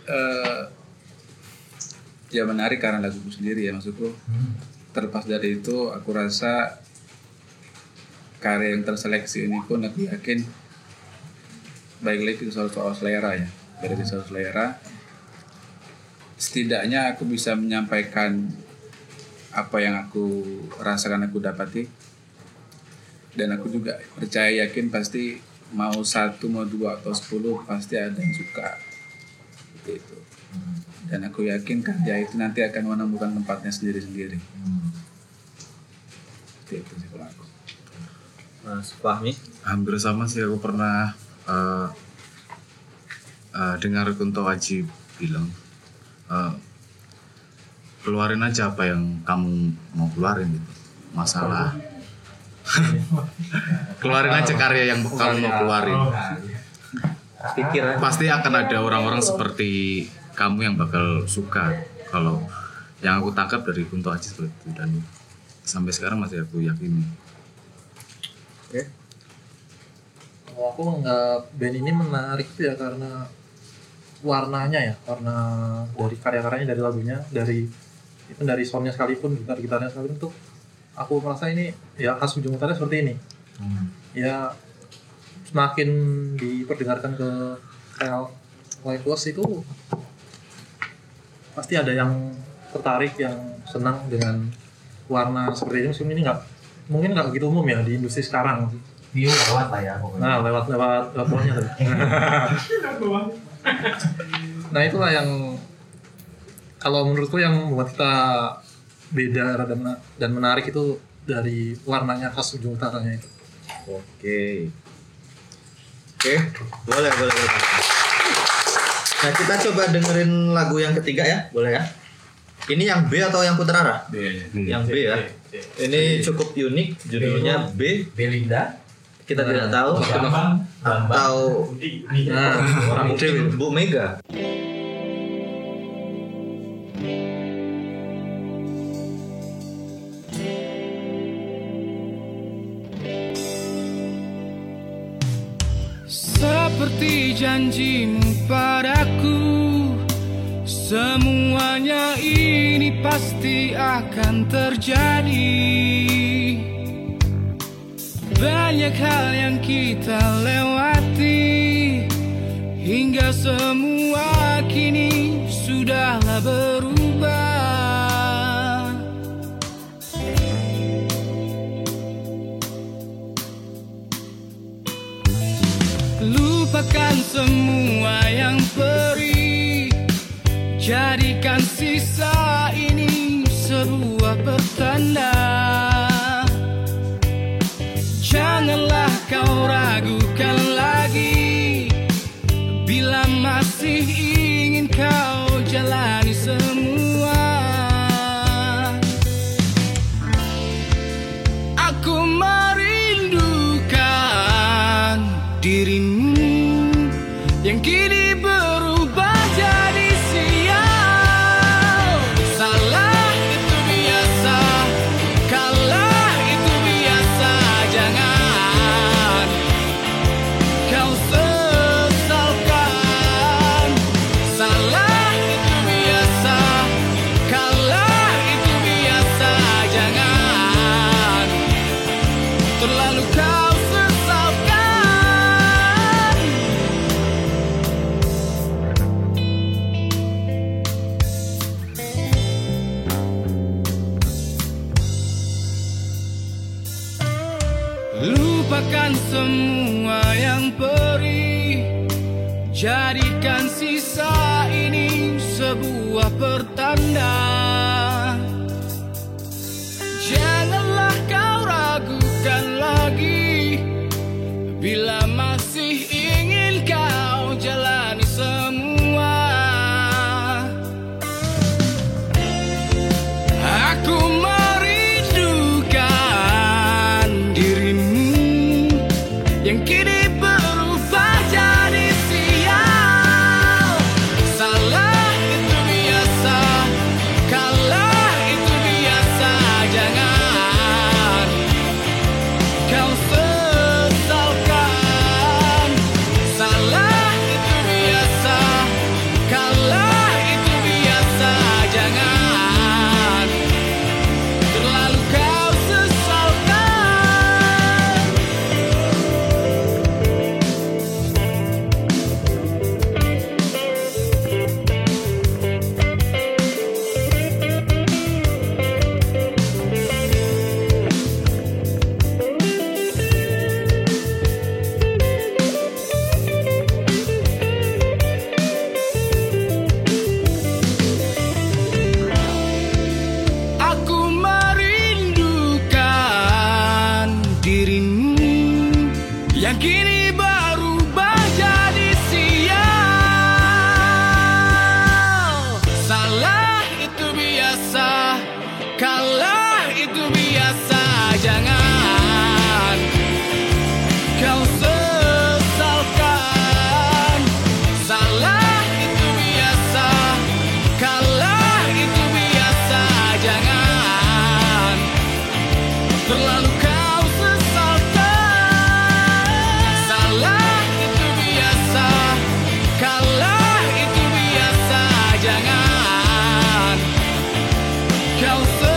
S5: ya menarik karena laguku sendiri ya maksudku. Terlepas dari itu aku rasa karya yang terseleksi ini pun aku yakin baik lagi soal selera ya. Dari soal selera setidaknya aku bisa menyampaikan apa yang aku rasakan, aku dapati, dan aku juga percaya yakin pasti mau 1, mau 2 atau 10 pasti ada yang suka gitu. Dan aku yakin karya itu nanti akan menemukan tempatnya sendiri-sendiri. Itu sih kalau aku.
S1: Mas Fahmi?
S9: Hampir sama sih, aku pernah dengar Kunto Aji bilang keluarin aja apa yang kamu mau keluarin gitu. Masalah keluarin aja karya yang kamu mau keluarin. Pasti akan ada orang-orang seperti kamu yang bakal suka. Kalau yang aku tangkap dari Kunto Aji seperti itu, dan sampai sekarang masih aku yakini.
S3: Oke. Kalau aku menganggap band ini menarik tuh ya karena warnanya ya, warna dari karya-karyanya, dari lagunya, dari soundnya sekalipun, gitarnya sekalipun tuh aku merasa ini ya khas Ujung Utara seperti ini. Ya semakin diperdengarkan ke kayak White Wolves itu pasti ada yang tertarik, yang senang dengan warna seperti ini. Meskipun ini mungkin nggak begitu umum ya di industri sekarang.
S8: View lewat lah ya pokoknya.
S3: Nah lewat bawahnya tuh. Nah itulah yang kalau menurutku yang membuat kita beda dan menarik itu dari warnanya khas Ujung Utaranya itu.
S1: Oke, boleh. Nah kita coba dengerin lagu yang ketiga ya, boleh ya? Ini yang B atau yang Putrara? Yang B ya. Ini cukup unik, judulnya B.
S8: Belinda.
S1: Kita tidak tahu atau mungkin Bu Mega.
S4: Seperti janjimu padaku, semuanya ini pasti akan terjadi. Banyak hal yang kita lewati, hingga semua kini sudahlah berubah. Lupakan semua yang perih, jadikan sisa ini sebuah pertanda. Janganlah kau ragukan lagi, masih ingin kau jalani semua. Aku merindukan dirimu yang kini berubah jadi sial. Salah itu biasa, kalah itu biasa, jangan kau sesalkan. Salah itu biasa, kalah itu biasa, jangan terlalu kau sesalkan. Lupakan semua yang perih, jadikan sisa ini sebuah pertanda. Janganlah kau ragukan lagi, bila masih ingin kau jalani semua. Aku merindukan dirimu yang kini berubah jadi sial. Salah itu biasa, kalah itu biasa, jangan kau sesalkan. Salah itu biasa, kalah itu biasa, jangan terlalu kau sesalkan. Aku merindukan dirimu yang kini berubah jadi sial. Salah itu biasa, kalah itu biasa, jangan kau sesalkan. Salah itu biasa, kalah itu biasa, jangan terlalu kau sesalkan. Salah itu biasa, kalah itu biasa, jangan kau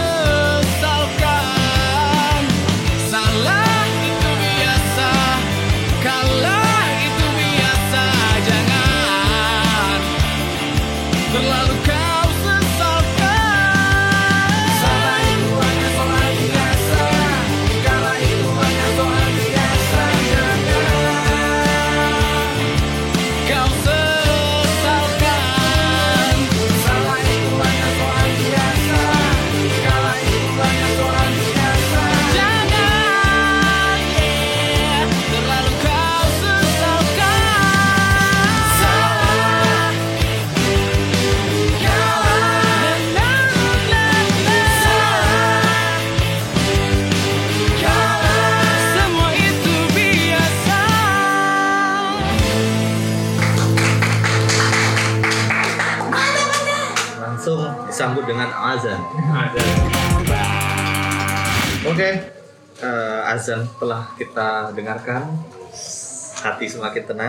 S4: sesalkan. Salah itu biasa, kalah itu biasa, jangan terlalu kau sesalkan. Salah itu hanya soal biasa, kalah itu hanya soal biasa, jangan kau sesalkan. Salah itu hanya soal biasa, kalah itu hanya soal biasa, jangan terlalu kau sesalkan. Salah semua itu biasa.
S1: Langsung disambut dengan azan. Oke, azan telah kita dengarkan, hati semakin tenang.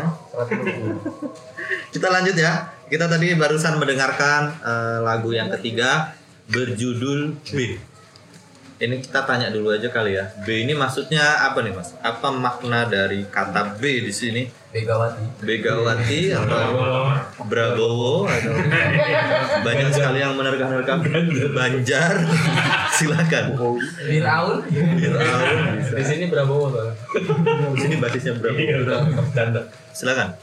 S1: Kita lanjut ya. Kita tadi barusan mendengarkan lagu yang ketiga berjudul B. Ini kita tanya dulu aja kali ya. B ini maksudnya apa nih Mas? Apa makna dari kata B di sini? Begawati atau Brabowo atau banyak sekali yang menerka-nerka Banjar. Silakan.
S10: Firaun.
S1: Bisa.
S10: Di sini Brabowo Bang.
S1: Di sini basisnya Brabowo. Silakan.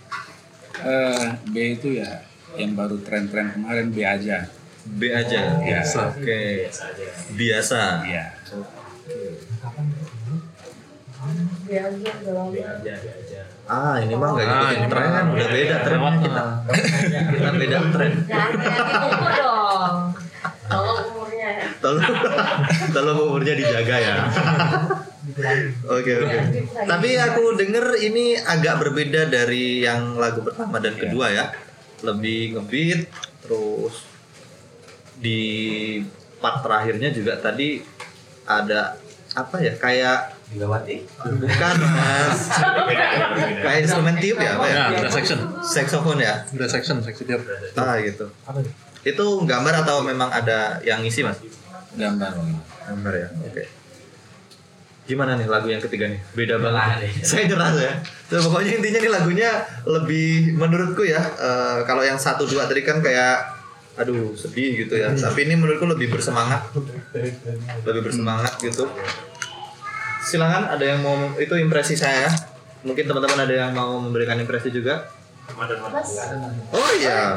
S5: B itu ya yang baru tren-tren kemarin B aja.
S1: B aja.
S5: Ya.
S1: Oke. Biasa.
S5: Iya.
S1: B aja. Ini mah nggak ngikutin tren, udah beda trennya kita. Kita beda tren.
S6: Ukur dong. Tolong umurnya ya.
S1: Tolong umurnya dijaga ya. Oke. Tapi aku denger ini agak berbeda dari yang lagu pertama dan kedua ya. Lebih ngebeat, terus di part terakhirnya juga tadi ada apa ya, kayak bukan mas, kayak instrumen tiup ya, apa ya?
S3: Udah section.
S1: Saxophone ya?
S3: Udah section tiap.
S1: Gitu. Itu gambar atau memang ada yang ngisi mas?
S5: Gambar.
S1: Gambar ya, oke. Gimana nih lagu yang ketiga nih? Beda banget. Saya nyerah ya. Pokoknya intinya nih lagunya lebih menurutku ya. Kalau yang 1, 2 tadi kan kayak aduh sedih gitu ya. Tapi ini menurutku lebih bersemangat. Lebih bersemangat gitu. Silakan ada yang mau, itu impresi saya. Mungkin teman-teman ada yang mau memberikan impresi juga. Oh iya.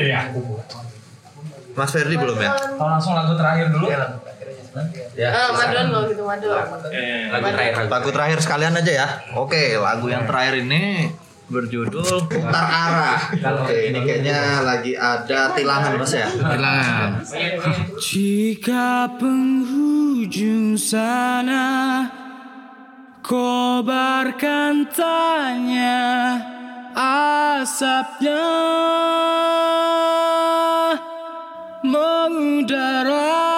S1: Mas Ferdi belum ya?
S10: Langsung lagu terakhir dulu.
S6: Maduan kalau gitu, maduan.
S1: Lagu terakhir sekalian aja ya. Oke, lagu yang terakhir ini berjudul Putar Arah. Oke, ini kayaknya lagi ada tilangan mas ya.
S2: Hilangan.
S4: Jika penghujung sana kobarkan tanya asapnya mengudara.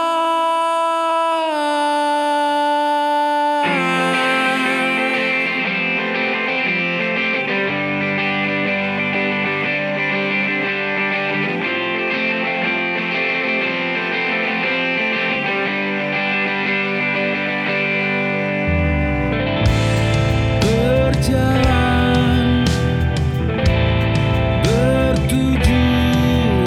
S4: Berjalan bertuju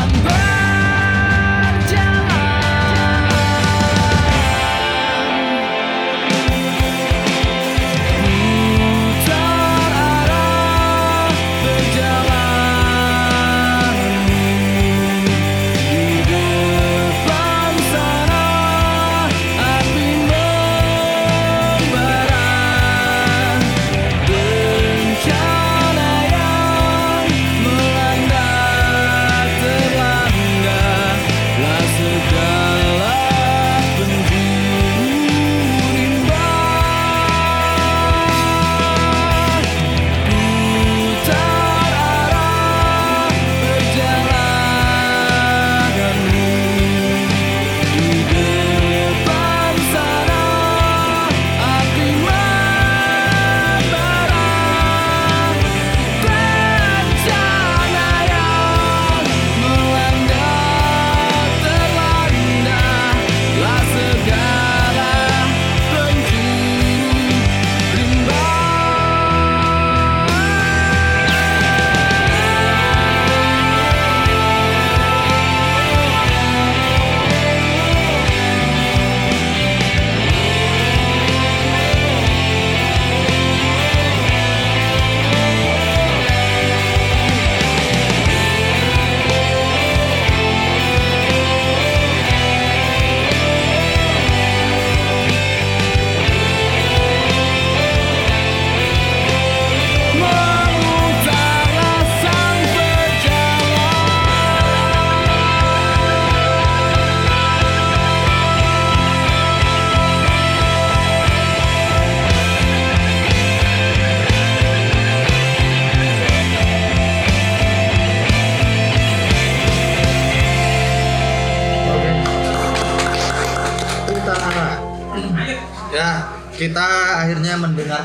S1: kita akhirnya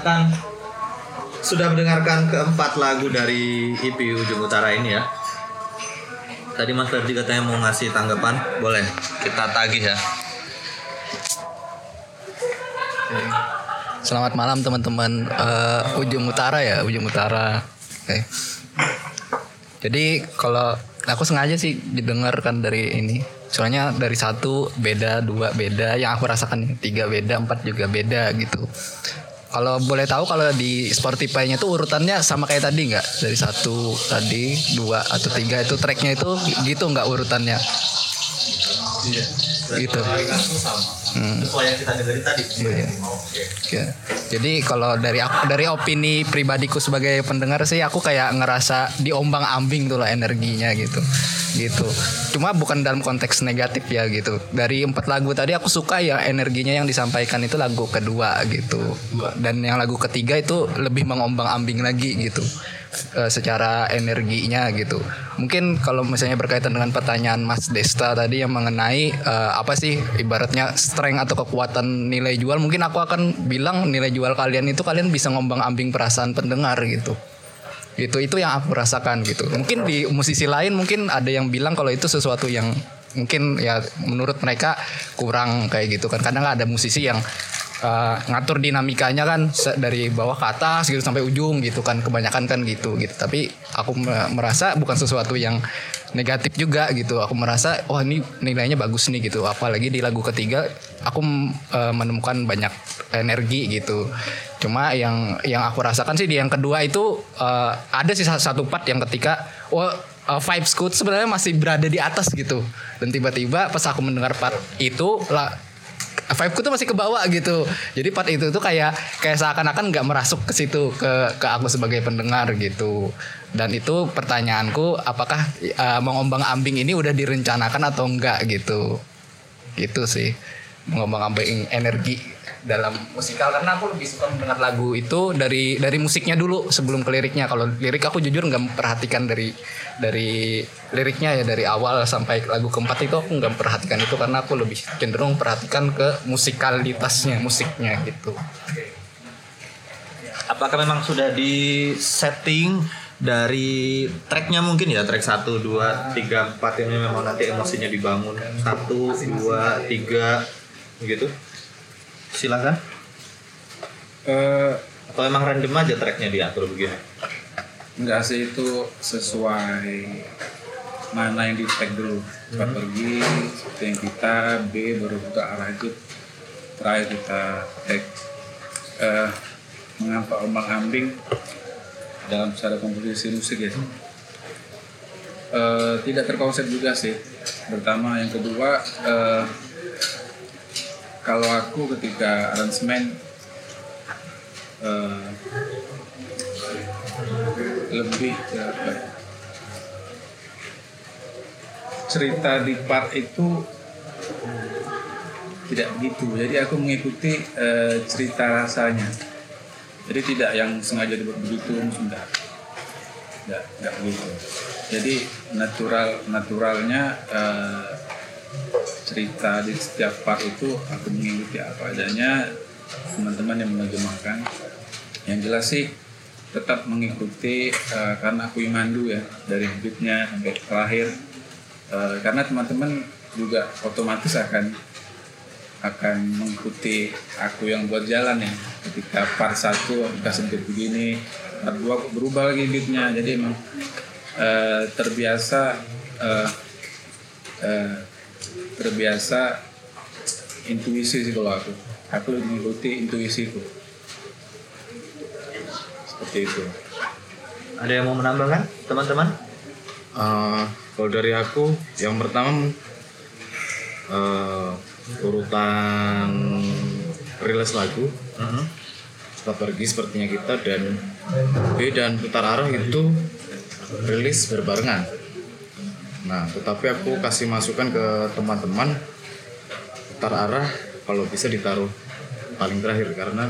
S1: sudah mendengarkan keempat lagu dari EP Ujung Utara ini ya. Tadi Mas Ferdi katanya mau ngasih tanggapan, boleh kita tagih ya.
S11: Selamat malam teman-teman Ujung Utara ya, Ujung Utara. Oke. Jadi kalau aku sengaja sih didengarkan dari ini. Soalnya dari 1 beda, 2 beda, yang aku rasakan 3 beda, 4 juga beda gitu. Kalau boleh tahu kalau di Spotify-nya tuh urutannya sama kayak tadi nggak? Dari 1 tadi, 2 atau 3 itu tracknya itu gitu nggak urutannya?
S1: Iya.
S11: Gitu.
S1: Sesuai yang kita dengerin tadi.
S11: Iya. Ya. Jadi kalau dari opini pribadiku sebagai pendengar sih aku kayak ngerasa diombang-ambing tuh lah energinya gitu. Cuma bukan dalam konteks negatif ya gitu. Dari 4 lagu tadi aku suka ya energinya yang disampaikan itu lagu kedua gitu. Dan yang lagu ketiga itu lebih mengombang-ambing lagi gitu. Secara energinya gitu. Mungkin kalau misalnya berkaitan dengan pertanyaan Mas Desta tadi yang mengenai apa sih ibaratnya strength atau kekuatan nilai jual, mungkin aku akan bilang nilai jual kalian itu kalian bisa ngombang-ambing perasaan pendengar gitu. Itu yang aku rasakan gitu. Mungkin di musisi lain mungkin ada yang bilang kalau itu sesuatu yang mungkin ya menurut mereka kurang kayak gitu kan. Kadang ada musisi yang ngatur dinamikanya kan dari bawah ke atas gitu sampai ujung gitu kan, kebanyakan kan gitu. Tapi aku merasa bukan sesuatu yang negatif juga gitu. Aku merasa ini nilainya bagus nih gitu. Apalagi di lagu ketiga aku menemukan banyak energi gitu. Cuma yang aku rasakan sih di yang kedua itu ada sih satu part yang ketika vibesku sebenarnya masih berada di atas gitu. Dan tiba-tiba pas aku mendengar part itu vibeku tuh masih ke bawah gitu. Jadi part itu tuh kayak seakan-akan nggak merasuk ke situ ke aku sebagai pendengar gitu. Dan itu pertanyaanku, apakah mengombang-ambing ini udah direncanakan atau enggak gitu. Gitu sih. Mengombang-ambing energi dalam musikal, karena aku lebih suka mendengar lagu itu dari musiknya dulu sebelum ke liriknya. Kalau lirik aku jujur nggak memperhatikan dari liriknya ya, dari awal sampai lagu keempat itu aku nggak memperhatikan itu, karena aku lebih cenderung perhatikan ke musikalitasnya, musiknya gitu.
S1: Apakah memang sudah di setting dari tracknya mungkin ya, track 1, 2, 3, 4 ini memang nanti emosinya dibangun 1, 2, 3 gitu? Silakan. Atau emang random aja tracknya diatur begini?
S5: Enggak sih, itu sesuai mana yang di tag dulu, cepat pergi seperti yang kita, B baru buta arah itu, terakhir kita tag mengapa ombang ambing dalam secara komposisi musik ya. Tidak terkonsep juga sih. Pertama, yang kedua, kalau aku ketika aransemen lebih cerita di part itu tidak begitu. Jadi aku mengikuti cerita rasanya. Jadi tidak yang sengaja dibuat begitu, enggak begitu. Jadi naturalnya cerita di setiap part itu aku mengikuti apa adanya, teman-teman yang menerjemahkan. Yang jelas sih tetap mengikuti karena aku imandu ya dari beatnya sampai terakhir. Karena teman-teman juga otomatis akan mengikuti aku yang buat jalan ya. Ketika part 1 dikasih beat begini, part 2 berubah lagi beatnya. Jadi emang terbiasa intuisi sih kalau aku mengikuti intuisiku seperti itu.
S1: Ada yang mau menambahkan teman-teman?
S9: Kalau dari aku yang pertama urutan rilis lagu Cepat Pergi Sepertinya Kita dan B dan Putar Arah itu rilis berbarengan. Nah, tetapi aku kasih masukan ke teman-teman, Putar Arah kalau bisa ditaruh paling terakhir karena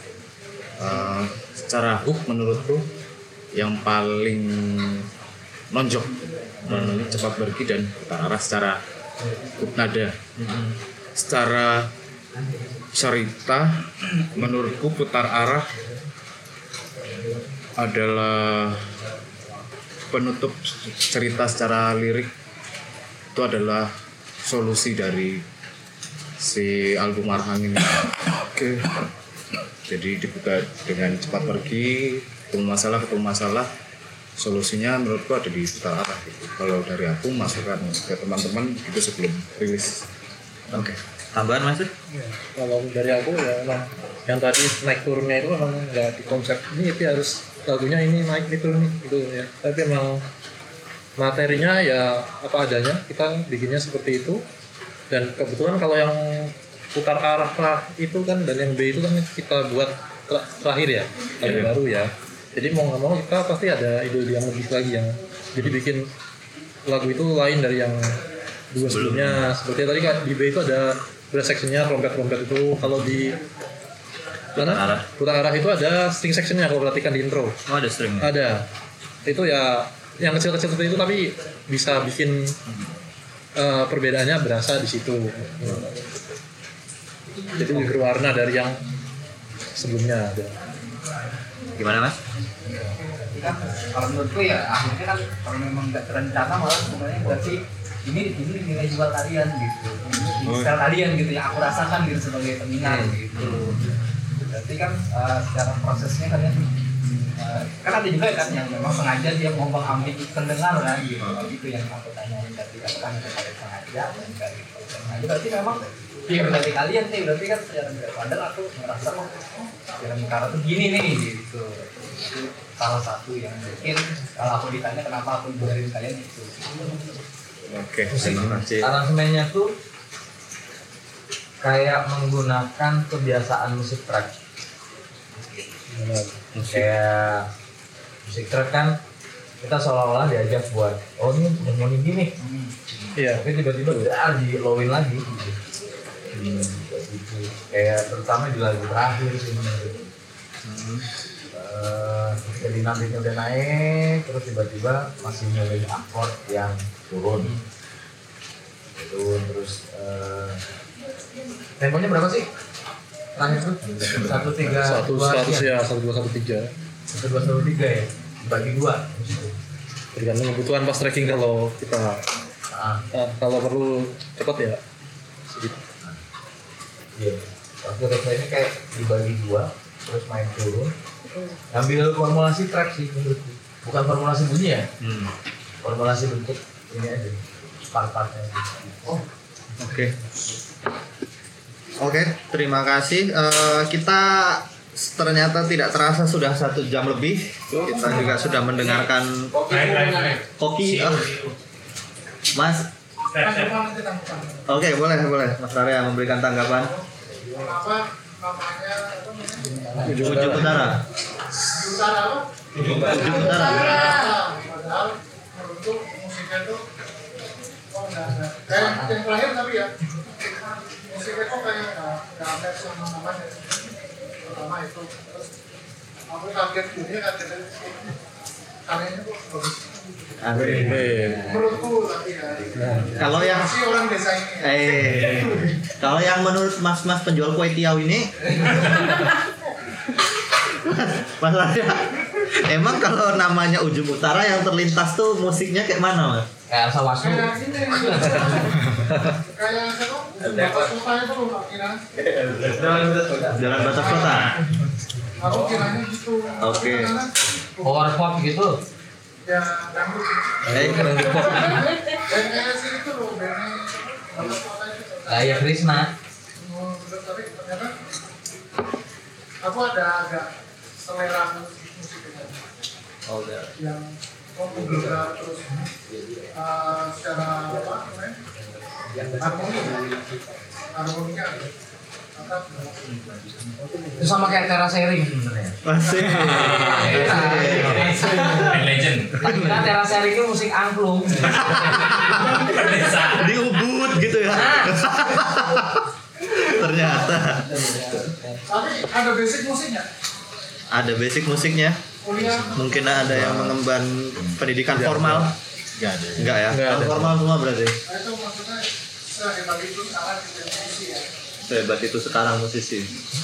S9: secara hook menurutku yang paling nonjok Cepat Pergi dan Putar Arah secara hook nada. Secara cerita menurutku Putar Arah adalah penutup cerita secara lirik, itu adalah solusi dari si album Arah Angin. Oke. Jadi dibuka dengan Cepat Pergi, ketemu masalah, solusinya menurutku ada di Putar Arah gitu. Kalau dari aku masukkan ke teman-teman itu sebelum rilis.
S1: Oke. Tambahan Mas?
S3: Ya, kalau dari aku ya emang yang tadi naik turunnya itu memang nggak di konsep ini harus lagunya ini naik turun gitu ya. Tapi emang materinya ya apa adanya, kita bikinnya seperti itu. Dan kebetulan kalau yang Putar Arah itu kan dan yang B itu kan kita buat terakhir ya, lagu baru ya. Jadi mau nggak mau kita pasti ada ide yang lebih lagi yang jadi bikin lagu itu lain dari yang dua sebelumnya. Seperti tadi kan di B itu ada brass sectionnya, trompet itu. Kalau di mana? Putar Arah itu ada string sectionnya kalau perhatikan di intro.
S1: Oh, ada string.
S3: Ada. Itu ya yang kecil-kecil seperti itu tapi bisa bikin perbedaannya berasa di situ. Jadi lebih berwarna dari yang sebelumnya ada.
S1: Gimana Mas?
S11: Kan kalau menurutku ya akhirnya kan kalau memang nggak terencana malah sebenarnya berarti ini nilai jual kalian gitu, ini style kalian gitu yang aku rasakan gitu sebagai peminat gitu. Berarti kan secara prosesnya kalian kan ada juga kan yang memang sengaja dia ngombang ambing pendengar kan gitu. Itu yang aku tanyain tadi, apakah kalian sengaja enggak gitu. Nah, berarti memang dia berarti kalian nih, berarti kan secara tidak sadar aku merasa kok film Kara tuh gini nih gitu. Itu salah satu yang mungkin kalau aku ditanya kenapa aku dengerin kalian itu.
S9: Oke,
S8: Aransemennya tuh kayak menggunakan kebiasaan musik track. Kayak musik track kan kita seolah-olah diajak buat ini udah mau gini. Iya. Tapi tiba-tiba udah di lowin lagi. Kayak terutama di lagu terakhir sih menurut. Jadi nabitnya udah naik, terus tiba-tiba masih nyelin akord yang turun, terus temponya berapa sih? Terakhir tuh 1-3-1-2-1-3 ya, bagi 2
S3: tergantung kebutuhan pas tracking. Kalau kita kalau perlu cepat ya sedikit.
S8: Iya, waktu refleksnya kayak dibagi 2 terus main turun, ambil formulasi track sih menurutku, bukan formulasi bunyi ya, formulasi bentuk
S3: ini aja part-partnya.
S1: Oke, terima kasih. Kita ternyata tidak terasa sudah 1 jam lebih. Kita juga sudah mendengarkan koki. Mas. Oke, boleh. Mas Arya memberikan tanggapan. Ujung Utara. Ujung Utara.
S12: Yang terakhir tapi ya musiknya kok kayak nggak match sama namanya pertama itu, terus aku kaget juga karyanya kok bagus menurutku tapi ya
S1: Kalau yang
S12: si orang desa ini
S1: kalau yang menurut mas penjual kue tiaw ini Mas Arya, emang kalau namanya Ujung Utara yang terlintas tuh musiknya kayak mana, Mas?
S3: Kayak Elsa Wasnu.
S12: kayak batas kota itu loh kira
S1: Jalan Batas Kota.
S12: aku kiranya gitu.
S1: Oke.
S3: Power pop gitu.
S12: Ya dangdut dan kayak sih itu loh bandnya batas kota itu
S3: Kayak Krishna.
S12: tapi ternyata aku ada agak selera musiknya yang populer terus secara apa namanya harmoninya
S3: Itu sama kayak Tera Sharing sebenarnya.
S1: Masih.
S3: Legend. Tapi kan Tera Sharing itu musik angklung.
S1: Di Ubud gitu ya. Ternyata.
S12: tapi ada basic musiknya
S1: Ada basic musiknya.
S12: kuliah
S1: Mungkin ada yang mengemban pendidikan formal. Enggak ya? Formal semua berarti.
S12: itu maksudnya sehebat itu sekarang kita musisi ya.
S1: Sehebat itu sekarang musisi.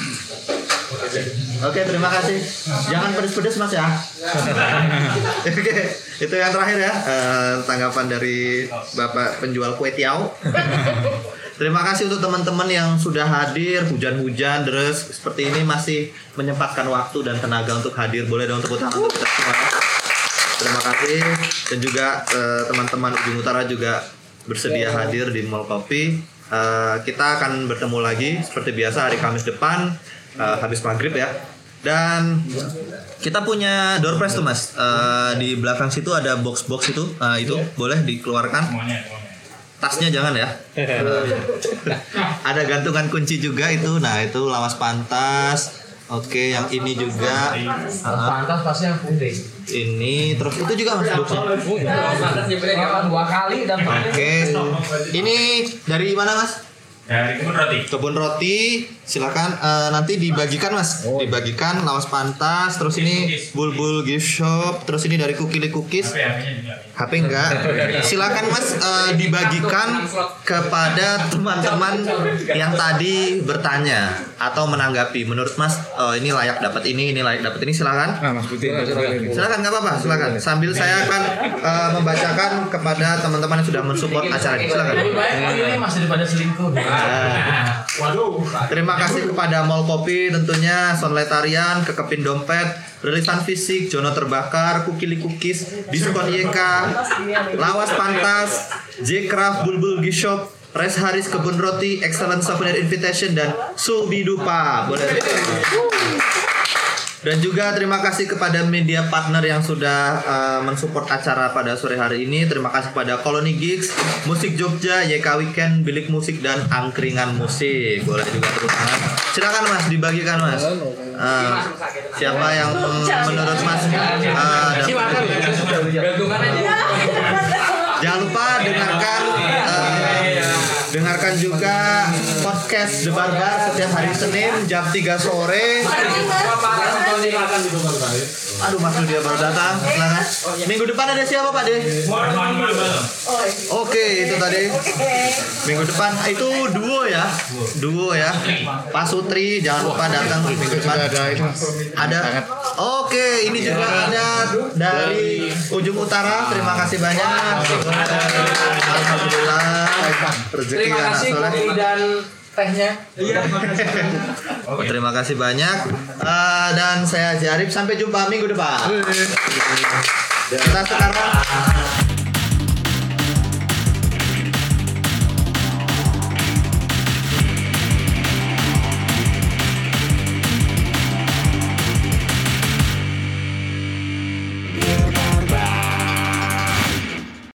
S1: Oke, terima kasih. Jangan pedes-pedes Mas ya. Oke, itu yang terakhir ya. Tanggapan dari Bapak penjual kue tiaw. Terima kasih untuk teman-teman yang sudah hadir, hujan-hujan, deres seperti ini masih menyempatkan waktu dan tenaga untuk hadir. Boleh dong tepuk tangan untuk kita semua. Terima kasih. Dan juga teman-teman Ujung Utara juga bersedia hadir di Mall Kopi. Kita akan bertemu lagi seperti biasa hari Kamis depan habis maghrib ya. Dan kita punya door prize tuh Mas. Di belakang situ ada box-box itu. Itu boleh dikeluarkan. Tasnya jangan ya. Ada gantungan kunci juga itu. Nah, itu lawas pantas. Oke, yang ini juga.
S3: Pantas pasti yang putih.
S1: Ini terus itu juga Mas boxnya.
S3: Pantas nyebelin 2 kali dan
S1: Oke. Ini dari mana Mas?
S10: Dari
S1: Kebun Roti. Silakan nanti dibagikan Mas. Dibagikan lawas pantas, terus ini Bulbul Gift Shop, terus ini dari Kukili Cookies. HP enggak. Silakan Mas dibagikan kepada teman-teman yang tadi bertanya atau menanggapi. Menurut Mas ini layak dapat ini layak dapat ini, silakan.
S5: Mas Putih.
S1: Silakan enggak apa-apa, silakan. Sambil saya akan membacakan kepada teman-teman yang sudah mensupport acara ini. Silakan.
S3: ini masih daripada selingkuh.
S10: Waduh.
S1: Terima kasih kepada Mall Kopi tentunya, Sonletarian, Kekepin Dompet, Rilisan Fisik, Jono Terbakar, Kukili Cookies, Diskon YK, Lawas Pantas, J-Craft, Bulbul Gift Shop, Res Haris Kebun Roti, Excellent Souvenir Invitation, dan Subidupa. Boleh. Dan juga terima kasih kepada media partner yang sudah mensupport acara pada sore hari ini. Terima kasih kepada Koloni Gigs, Musik Jogja, YK Weekend, Bilik Musik, dan Angkringan Musik. Boleh juga tepuk tangan. Silakan Mas, dibagikan Mas. Siapa yang menurut Mas
S3: Silakan. Gantungan aja.
S1: jangan lupa dengarkan juga podcast The Barbar setiap hari Senin jam 3 sore. Aduh, Mas Ludia baru datang. Silakan. Minggu depan ada siapa Pak De? Oke, itu tadi. Minggu depan itu duo ya. Pak Sutri jangan lupa datang minggu depan. Ada. Oke, ini juga ada dari Ujung Utara. Terima kasih banyak. Alhamdulillah. Rezeki
S3: Terima
S1: anak
S3: kasih
S1: soleh.
S3: kopi dan tehnya.
S1: Terima kasih banyak. Dan saya Haji Arif, sampai jumpa minggu depan. Kita sekarang